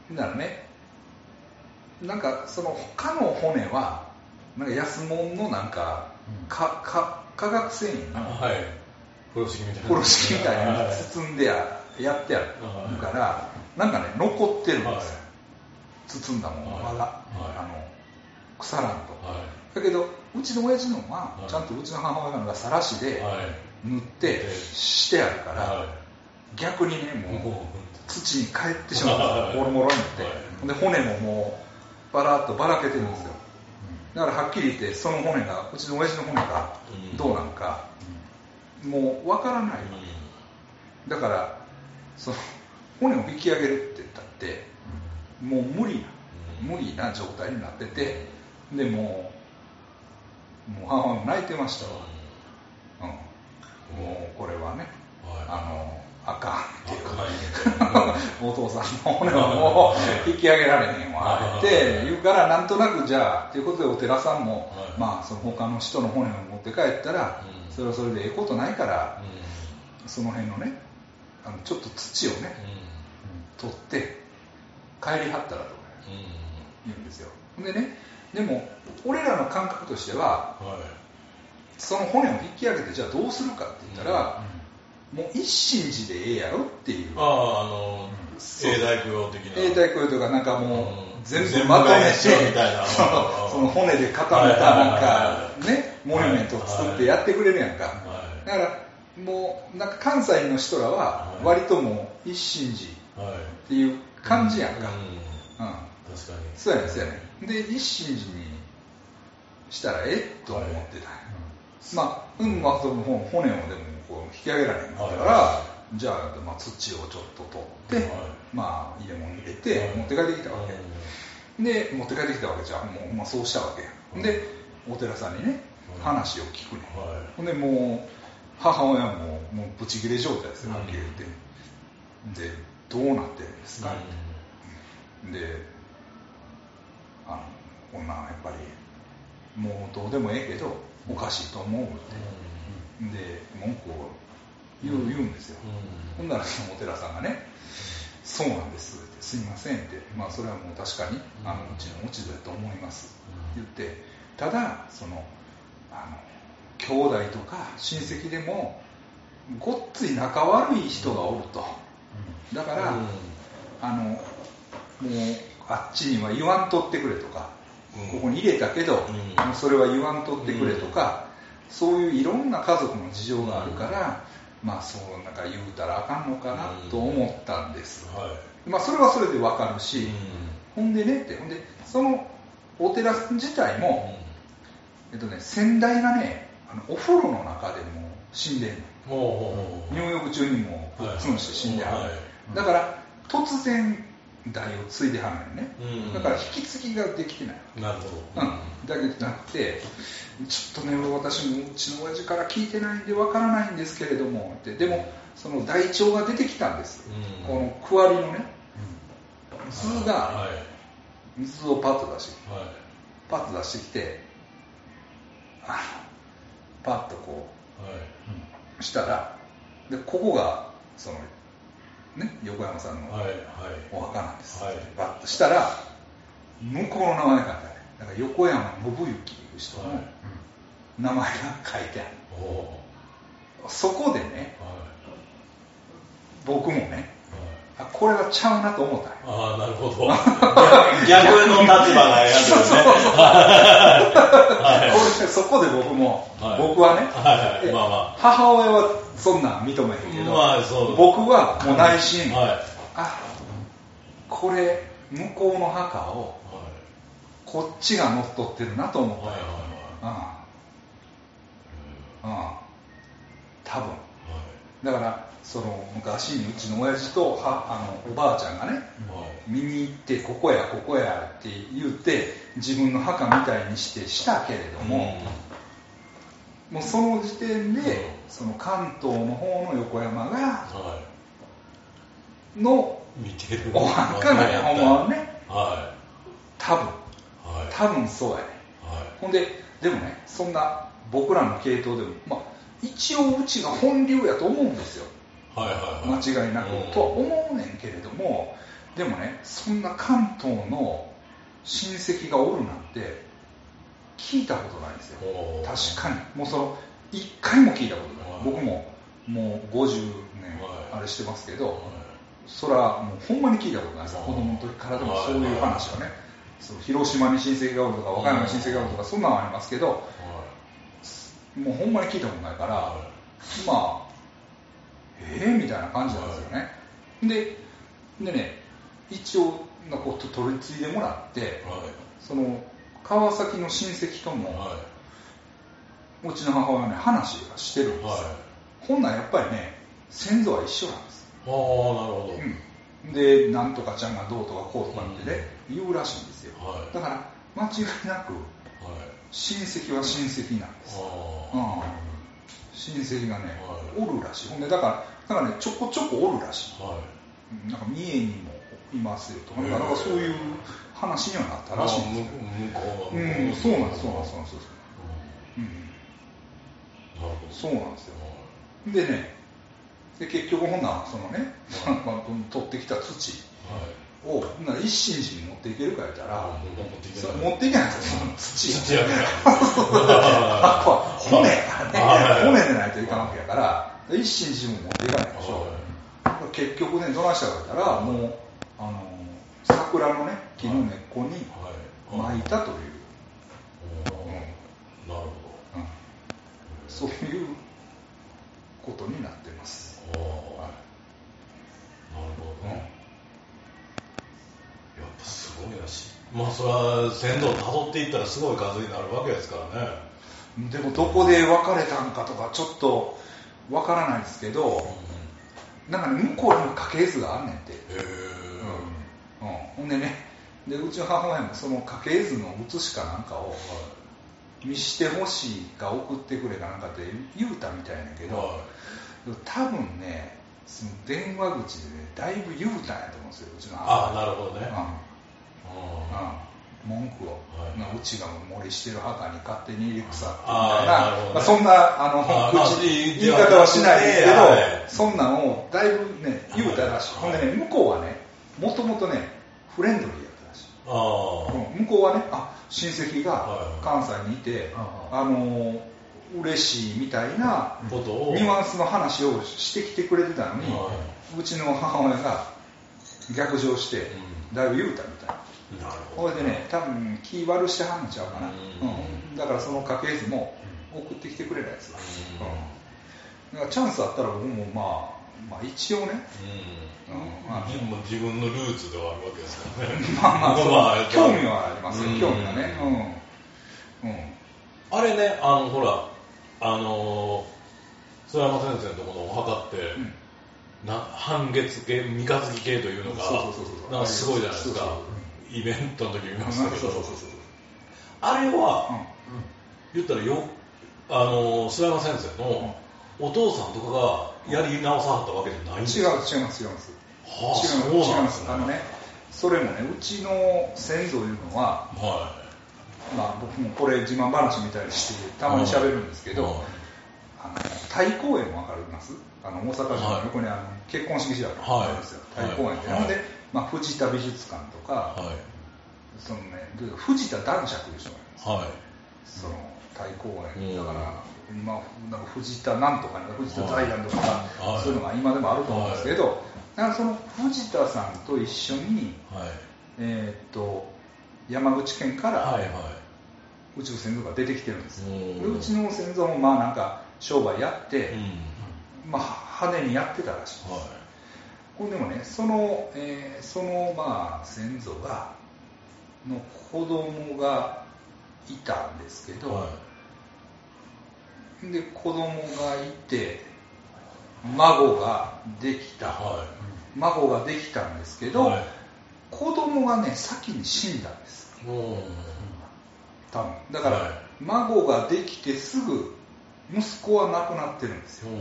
だからねなんかその他の骨はなんか安物のなんか、うん、かか化学繊維の風呂敷みたいな風呂敷みたいな包んでややってあるから、はい、なんかね残ってるんですよ、はい、包んだものまだ、はい、あの腐らんと、はいだけどうちの親父のはちゃんとうちの母親がさらしで塗ってしてあるから逆にねもう土に帰ってしまったボロボロになってで骨ももうバラッとばらけてるんですよだからはっきり言ってその骨がうちの親父の骨がどうなんかもうわからないだからその骨を引き上げるって言ったってもう無理な無理な状態になっててでももう母親も泣いてましたわ、うん、もうこれはね、はい、あのあかんっていうかお父さんの骨はもう引き上げられへんわって言うからなんとなくじゃあということでお寺さんも、はい、まあその他の人の骨を持って帰ったら、うん、それはそれでええことないから、うん、その辺のねあのちょっと土をね、うん、取って帰りはったらと言うんですよでねでも俺らの感覚としては、はい、その骨を引き上げてじゃあどうするかって言ったら、うん、もう一心寺でええやろっていうあああの永代供養的な永代供養とかなんかもう全部まとめてみたいなそのその骨で固めたなんかねモニュメントを作ってやってくれるやんか、はい、だからもうなんか関西の人らは割ともう一心寺っていう感じやんか、うんうん、確かにそうやねんそうやねんで一心寺にしたらえっと思ってた、はいうん、まあ、うんまあ、その骨をでもこ引き上げられへんかったから、はい、じゃあ、まあ、土をちょっと取って、はい、まあ入れ物入れて、はい、持って帰ってきたわけ、はい、で持って帰ってきたわけじゃんもう、まあ、そうしたわけ、はい、でお寺さんにね話を聞くね、はい、ほんでもう母親ももうブチ切れ状態ですよはっきり言って、うん、でどうなってるんですか、うん、であのこんなんやっぱりもうどうでもええけどおかしいと思うって、うん、で文句を言う、うん、言うんですよ、うん、ほんならそのお寺さんがね、うん、そうなんですってすいませんって、まあそれはもう確かにあのうちの落ち度だと思います、うん、言って、ただそのあの兄弟とか親戚でもごっつい仲悪い人がおると、だから、うん、あのもうあっちには言わんとってくれとか、うん、ここに入れたけど、うん、もうそれは言わんとってくれとか、うん、そういういろんな家族の事情があるから、うん、まあそうなんか言うたらあかんのかなと思ったんです、うんはい、まあそれはそれでわかるし、うん、ほんでねってほんでそのお寺自体も、うん、えっとね先代がねあのお風呂の中でも死んでんの、入浴中にもぶっつんして死んではる、はいはい、だから突然代を継いではるのよね、うん、だから引き継ぎができてない。 なるほど、 うん、だけじゃなくてちょっとね私もうちの親父から聞いてないんでわからないんですけれどもってでもその台帳が出てきたんです、うん、この区割りのね、うん、水が水をパッと出してきて、はい、パッと出してきてあパッとこう、はい、したらでここがそのね、横山さんのお墓なんです、はいはい、バッとしたら向こうの名前が書いてあるだから横山信行という人の名前が書いてある、はい、そこでね、はい、僕もね、はい、あこれはちゃうなと思ったああなるほど逆の立場がやつですねそこで僕も、はい、僕はね、はいはいまあまあ、母親はそんなん認めへんけど、まあ、そう僕はもう内心、はい、あこれ向こうの墓をこっちが乗っ取ってるなと思ったよ、はいはいはいうんうん、多分、はい、だからその昔にうちの親父とはあのおばあちゃんがね、はい、見に行ってここやここやって言って自分の墓みたいにしてしたけれども、うん、もうその時点で、うん、その関東の方の横山が、はい、の見てるお墓がね、ほんまはね、 はい、 多分、はい、多分そうやね、はい、ほんででもねそんな僕らの系統でも、まあ、一応うちが本流やと思うんですよ、はいはいはい、間違いなく、うん、とは思うねんけれどもでもねそんな関東の親戚がおるなんて聞いたことないんですよ確かにもうその一回も聞いたことない、はい、僕ももうごじゅうねんあれしてますけど、はい、それはもうほんまに聞いたことないです、はい、子供の時からでもそういう話はね、はい、そう広島に親戚がおるとか和歌山に親戚がおるとかそんなのありますけど、はい、もうほんまに聞いたことないから、はい、まあえーみたいな感じなんですよね、はい、で, でね一応なこう取り継いでもらって、はい、その川崎の親戚とも、はい、うちの母親はね話がしてるんですよ、はい、ほんならやっぱりね先祖は一緒なんです。 ああなるほど、 うん、でなんとかちゃんがどうとかこうとかってね、うん、言うらしいんですよ、はい、だから間違いなく、はい、親戚は親戚なんです、うん、親戚がね、はい、おるらしいほんでだからだからねちょこちょこおるらしい、はい、なんか三重にもいますよとかなんかそういう話にはなったらしいんですよ、うん、そうなんですそうなんですそうなんです、うん、そうなんですよでねで結局ほんならそのね、はい、取ってきた土を、はい、一心寺に持っていけるか言ったら、はい、持っていけないんですよその土土あとは骨やからね、はい、骨でないといかんわけやから一心寺も持っていかないでしょ、はい、結局ねどないしたか言ったらもうあの桜のね木の根っこに巻いたという、はいはいうん、なるほど、うん、そういうことになってます。はい、なるほどね、うん、やっぱすごいらしい。まあそれは先祖をたどっていったらすごい数になるわけですからね。 でもどこで別れたんかとかちょっとわからないですけど、うん、なんかね向こうにも家系図があんねんって。へー、うんうん、ほんでね、でうちの母親もその家系図の写しかなんかを見してほしいか送ってくれかなんかって言うたみたいやねんけど、はい、多分ねその電話口でねだいぶ言うたんやと思うんですよ、うちの母親。 ああ、なるほどね。 うんうん、文句を、はい、うちが森してる墓に勝手に入れ腐ってみたいな、ね、まあ、そんなあの口言い方はしないですけど、はい、そんなんをだいぶね言うたらしい。ほんでね向こうはねもともとねフレンドリーやったらしい。あ、うん、向こうはねあ親戚が関西にいて、はいはい、あの嬉しいみたいなニュアンスの話をしてきてくれてたのに、はい、うちの母親が逆上してだいぶ言うたみたいな。なるほど。それでね多分気悪してはんのちゃうかな、うん、だからその家系図も送ってきてくれないですよ、うん、だからチャンスあったら僕もまあまあ一応ね、うんうんまあ、 自, 分自分のルーツではあるわけですからねまあまあまあ興味はありますよ、興味はね、うんうん、 あれねあのほらあの諏訪山先生のところのお墓って、うん、な半月系三日月系というのがなんかすごいじゃないですか。そうそうそうイベントの時見ましたけど、あれは、うん、言ったらよあの諏訪山先生のお父さんとかがやり直さはったわけじゃないんですか。 違う違います違います、 はあ、違います、違います。 あのねそれもねうちの先祖いうのは、はい、まあ僕もこれ自慢話みたいにしてたまに喋るんですけど、はい、あの太閤園わかります？あの大阪城の横にあの結婚式場があるんですよ、はい、太閤園って、はい、で、まあ、藤田美術館とか、はい、そのね、藤田男爵いう人がいます、はい、その太閤園だから、まあ、なんか藤田なんとかね藤田財団とか、はい、そういうのが今でもあると思うんですけど、はい、だからその藤田さんと一緒に、はい、えー、っと山口県から、はいはい、うちの先祖が出てきてるんですよ。でうちの先祖もまあなんか商売やって、うん、まあ派手にやってたらしいです、はい、ほんでもねその、えー、そのまあ先祖がの子供がいたんですけど、はい、で子供がいて孫ができた、はい、孫ができたんですけど、はい、子供がね先に死んだんです、うん、多分だから、はい、孫ができてすぐ息子は亡くなってるんですよ、うん、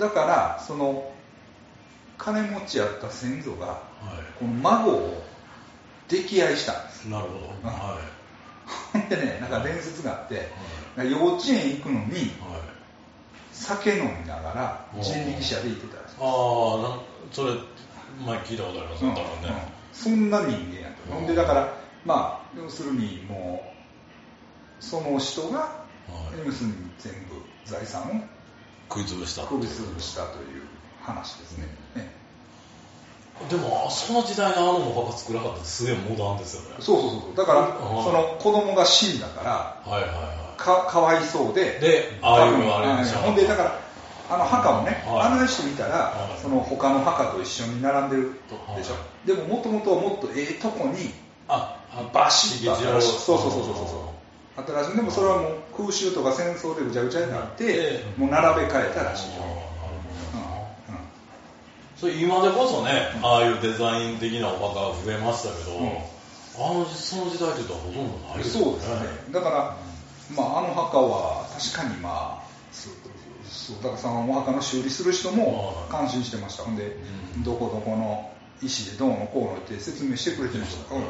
だからその金持ちやった先祖が、はい、この孫を溺愛したんです。 なるほど、はい、ほんでねなんか伝説があって、はい、幼稚園行くのに、はい、酒飲みながら人力車で行ってたらしいです。 ああなんそれ前聞いたことありますね、うん、多分ね、うん、 そんな人間やと。ほんでだからまあ要するにもうその人が、はい、要するに全部財産を食い潰した食い潰したという話ですね、うんね。 でもその時代のあのお墓作らなかったってすげえモダンですよね。 そうそうそうだから、はい、その子供が死んだから、はいはいはい、か, かわいそうででああいうのあれでしょ。 ほんでだからあの墓もね、はい、案内してみたら、はい、その他の墓と一緒に並んでるでしょ、はい、でももともともっとええとこにあバシッと新しいそうそうそうそうそう新しい。でもそれはもう空襲とか戦争でぐちゃぐちゃになって、もう並べ替えたらしいよ。 それ今でこそね、うん、ああいうデザイン的なお墓が増えましたけど、うん、あのその時代って言ったらほとんどないですよね。 そうですね。だから、まあ、あの墓は確かにまあそうそうだからそのお墓の修理する人も感心してました。ほんで、うん、どこどこの石でどうのこうのって説明してくれてました。うんうん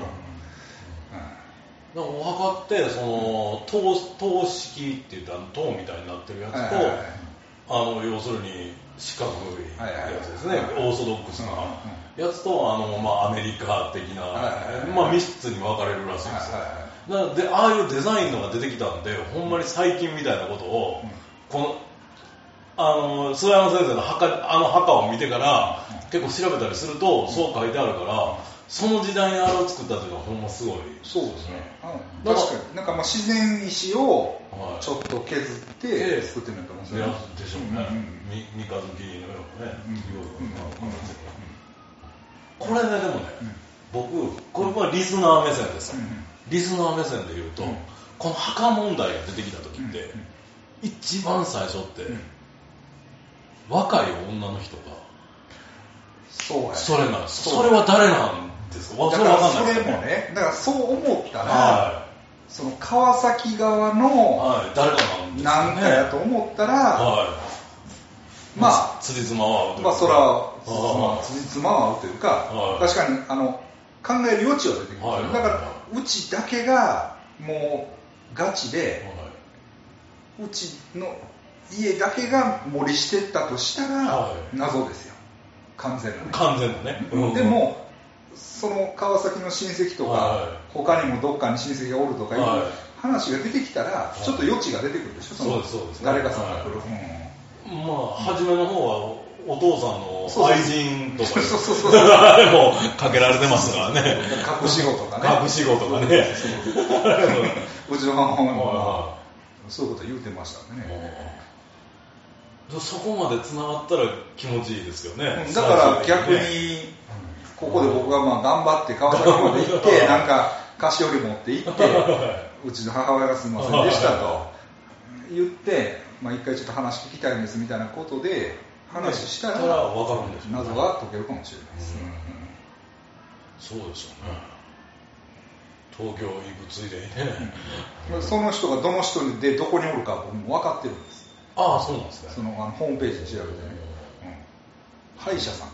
うん、お墓ってその塔式って言ったら塔みたいになってるやつと、はいはいはい、あの要するに四角いやつですね、はいはいはい、オーソドックスなやつと、あの、まあ、アメリカ的な、はいはいはい、まあ、みっつに分かれるらしいんですよ、はいはいはい、でああいうデザインのが出てきたんで、ほんまに最近みたいなことを、うん、このあの諏訪山先生の 墓, あの墓を見てから、うん、結構調べたりするとそう書いてあるから、その時代にあれを作ったというのはほんますごい。 そうですね、うん、確かになんかまあ自然石をちょっと削って作ってるんだと思うんですよね。 でしょうね、うんうん、三日月のようなね、うんうんうん、これねでもね、うん、僕これはリスナー目線ですよ、うんうん、リスナー目線で言うと、うん、この墓問題が出てきた時って、うんうん、一番最初って、うん、 若い女の人がそうや、ね、 それなんです。それは誰なんですか？ だからそれもね、だからそう思ったら、はい、その川崎側の、 はい、誰かなんですかね、 なんかやと思ったら、はい、まあ辻褄は合うというか、 まあそら辻褄は合うというか、はい、確かにあの考える余地は出てきます、はい、だからうちだけがもうガチで、はい、うちの家だけが森してったとしたら、はい、謎ですよ、完全なね。 完全なね。 うん、でもその川崎の親戚とか、はい、他にもどっかに親戚がおるとかいう話が出てきたら、はい、ちょっと余地が出てくるでしょ。そのそうですそうです、ね、 誰かさんが来る。 はい、うん、まあ初めの方はお父さんの愛人とかそうそうそうもうかけられてますからね。 隠し子とかね。 隠し子とかね。 うちの母もそういうこと言うてましたね。 そこまで繋がったら気持ちいいですよね。 だから逆にここで僕がまあ頑張って川崎まで行ってなんか菓子折り持って行ってうちの母親がすみませんでしたと言ってまあ一回ちょっと話聞きたいんですみたいなことで話したら謎が解けるかもしれないです。 そうですよね。東京行くついでにね。 その人がどの人でどこにおるか僕も分かってるんです。 ああ、そうなんですね。 そのあのホームページで調べてね、うん、歯医者さんから。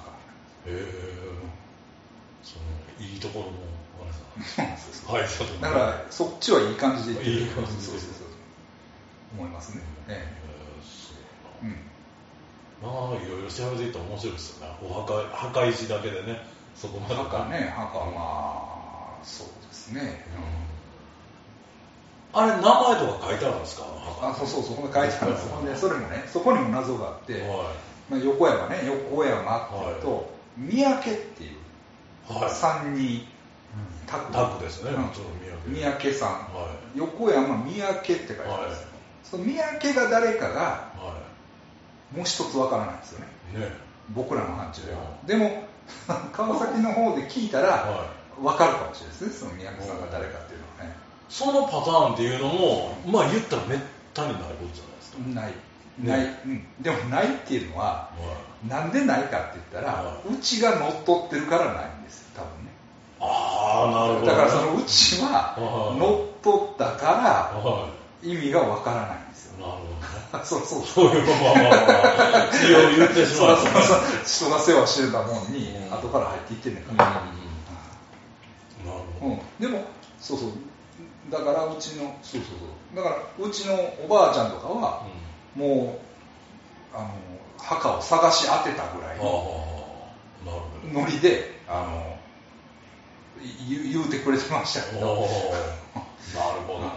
へえ。そのいいところのあれさ。 歯医者とか。 だからそっちはいい感じで言ってる。 いい感じで。 そうそうそう。思いますね。ええ。そう。うん。まあいろいろ調べていったら面白いですよね。お墓墓石だけでね、そこまで。 墓ね、墓はまあそうですね。うんあれ名前とか書いてあるんですか？ あ、そうそうそう、書いてあるんです。ほんでそれもね、そこにも謎があって、はい、まあ、横山ね、横山っていうと、はい、三宅っていう、はい、三人タク、タクですね。 三宅さん、はい、横山三宅って書いてあるんですよ。はい、その三宅が誰かが、はい、もう一つわからないんですよね。ね、僕らの範疇では。はい、でも川崎の方で聞いたら、はい、わかるかもしれないですね。その三宅さんが誰かっていうのはね。 そのパターンっていうのも、まあ言ったらめったにないことじゃないですか。 ない。ない。ね、うん。でもないっていうのは、はい、なんでないかって言ったら、はい、うちが乗っ取ってるからないんですよ、多分ね。 ああ、なるほど、ね。 だからそのうちは、乗っ取ったから、はい、意味がわからないんですよ。 なるほど、ね。 そうそう。 そういう、まあまあまあ、気を言ってしまう、ね。 そうそうそう。人が世話してたもんに、うん、後から入っていってんねんから。うんうん、なるほど。うん。 でも、そうそう。だからうちのそうそうそうだからうちのおばあちゃんとかは、うん、もうあの墓を探し当てたぐらいのノリであの言, 言うてくれてましたけど。なるほどな。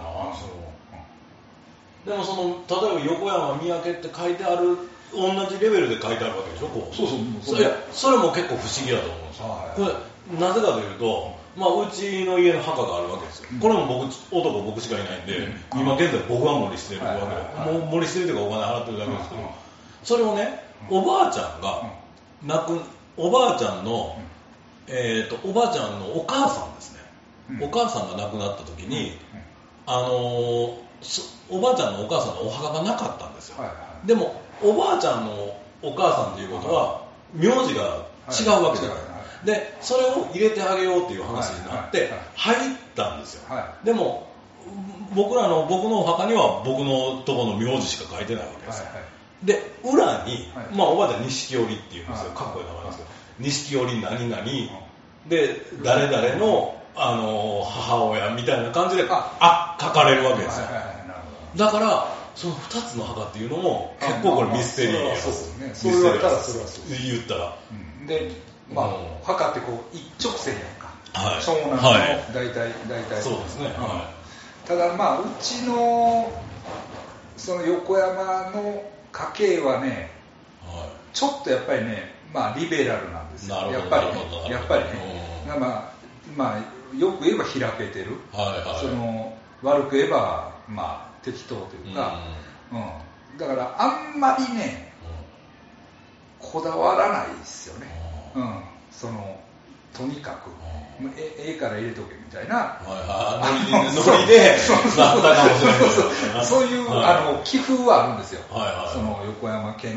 でもその例えば横山三宅って書いてある同じレベルで書いてあるわけでしょ。こうそうそうそれそれも結構不思議だと思うんですよ。はい、これなぜかというと。まあ、うちの家の墓があるわけですよ。これも僕、男僕しかいないんで、うん、今現在僕は森してるわけで、はいはいはい、もう森してるというかお金払ってるだけですけど、それをね、おばあちゃんが亡く、おばあちゃんの、えーと、おばあちゃんのお母さんですね、うん、お母さんが亡くなった時に、あのー、おばあちゃんのお母さんのお墓がなかったんですよ。はいはい、でも、おばあちゃんのお母さんということは、名字が違うわけじゃない。でそれを入れてあげようっていう話になって入ったんですよ、はいはい、でも僕らの僕のお墓には僕のところの名字しか書いてないわけですよ、はいはい、で裏に、はい、まあおばあちゃん錦織っていうんですよ、かっこいい名前ですけど、錦織何々で誰々の、あの母親みたいな感じであ書かれるわけですよ、はいはいはい、だからそのふたつの墓っていうのも結構これミステリーそうですね。それ言ったらそれはそうです。 言ったら、 うん、でまあ、墓ってこう一直線やんか、はい、長男の大体、はい、大体そうですね、はい、ただまあうちのその横山の家系はね、はい、ちょっとやっぱりね、まあリベラルなんですよ、やっぱりね、やっぱりね、まあ、まあよく言えば開けてる、はいはい、その悪く言えばまあ適当というか、うんうん、だからあんまりね、うん、こだわらないですよね。うん、そのとにかくええから入れとけみたいな、 はいはい、ノリでなったかもしれないそういう、はい、あの気風はあるんですよ、はいはい、その横山系のね、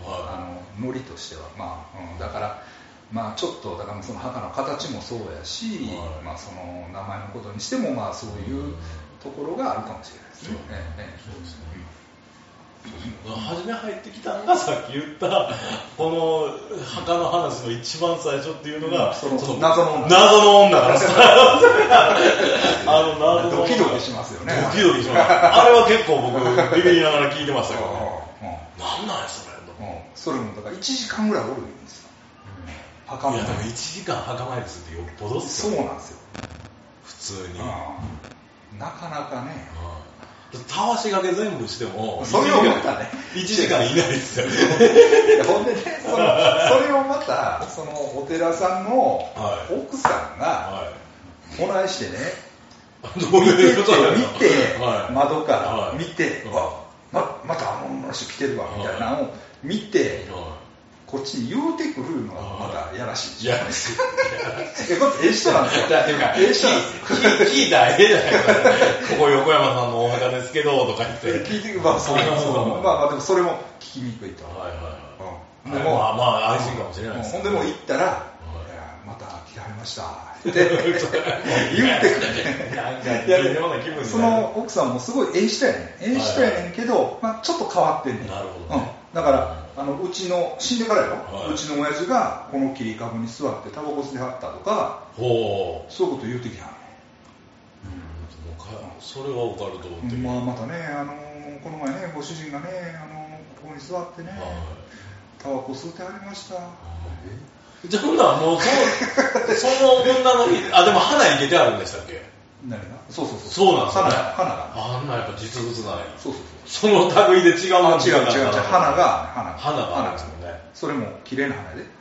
あのノリとしては、まあうん、だからまあちょっとだからその墓の形もそうやし、はい、まあその名前のことにしてもまあそういうところがあるかもしれないですね。そうですね。 初め入ってきたのがさっき言ったこの墓の話の一番最初っていうのが、うん、そのその謎の女謎の女からあの謎の女ドキドキしますよね。 ドキドキします。あれは結構僕ビビりながら聞いてましたけど、ね、なんなんやそれ、 うん、それもだからいちじかんぐらいおるんですよ、 うん、墓参り。いやでもいちじかん墓参りするってよっぽどっすよ。そうなんですよ普通に、 うん、なかなかね、 うんたわしがけ全部してもそれをまたねいちじかんいないですよほんでねそのそれをまたそのお寺さんの奥さんがお願いしてね、はい、見てて見て、はい、窓から見て、はい、ま, またあの女の人来てるわみたいなのを見て、はいこっちに言うてくるのがまだやらしい。 やらしい。 え、これええ人なんですよ。だっていうか、ええ人なんですよ。聞いたらええじゃないですか。ここ横山さんのお墓ですけどとか言って。 聞いてまあそうそう。まあまあでもそれも聞きにくいと。 はいはいはい。でもまあまあ安心かもしれないです。 ほんでもう行ったら、また来られました。って言ってくる。なんか微妙な気分。その奥さんもすごいええ人やねん。ええ人やねんけど、まあちょっと変わってんねん。 なるほど。 だからあのうちの死んでからやろ、はい、うちの親父がこの切り株に座ってタバコ吸いはったとか、ほうそういうこと言うてきはんねん。それはオカルト的に、 まあ、またね、あのこの前ねご主人がねあのここに座ってね、はい、タバコ吸ってはりました。 じゃあほんならもうそのその女の日あでも花いけてあるんでしたっけ。 何がそうそうそうそうなんですね。 花があんなやっぱ実物ない。 そうそうその類で違うもん。違う違う違う花が花が花があるんですもんね。 それも綺麗な花で。へえ。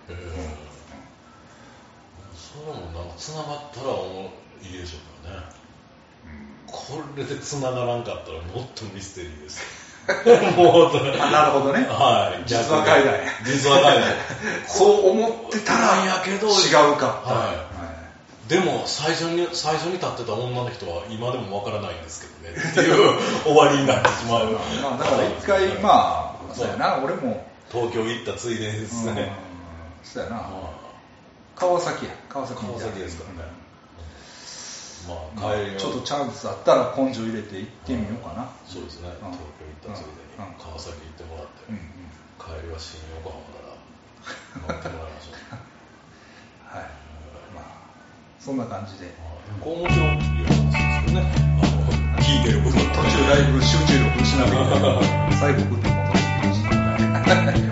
それもなんか繋がったらいいでしょうからね。これで繋がらんかったらもっとミステリーです。もうなるほどね。 はい。 実は海外。 実は海外。 そう思ってたらやけど違うか。 はい。でも最初に最初に立ってた女の人は今でもわからないんですけどねっていう終わりになってしまう。 まあだから一回まあそうやな俺も東京行ったついでですね。 そうやな。川崎や川崎川崎ですからね。 まあ帰りちょっとチャンスあったら根性入れて行ってみようかな。 そうですね。東京行ったついでに川崎行ってもらって帰りは新横浜から乗ってもらいましょう。 はい。そんな感じで。 面白い話ですよね。あの聞いてる分途中だいぶ集中力失って最後グッと戻ってきました。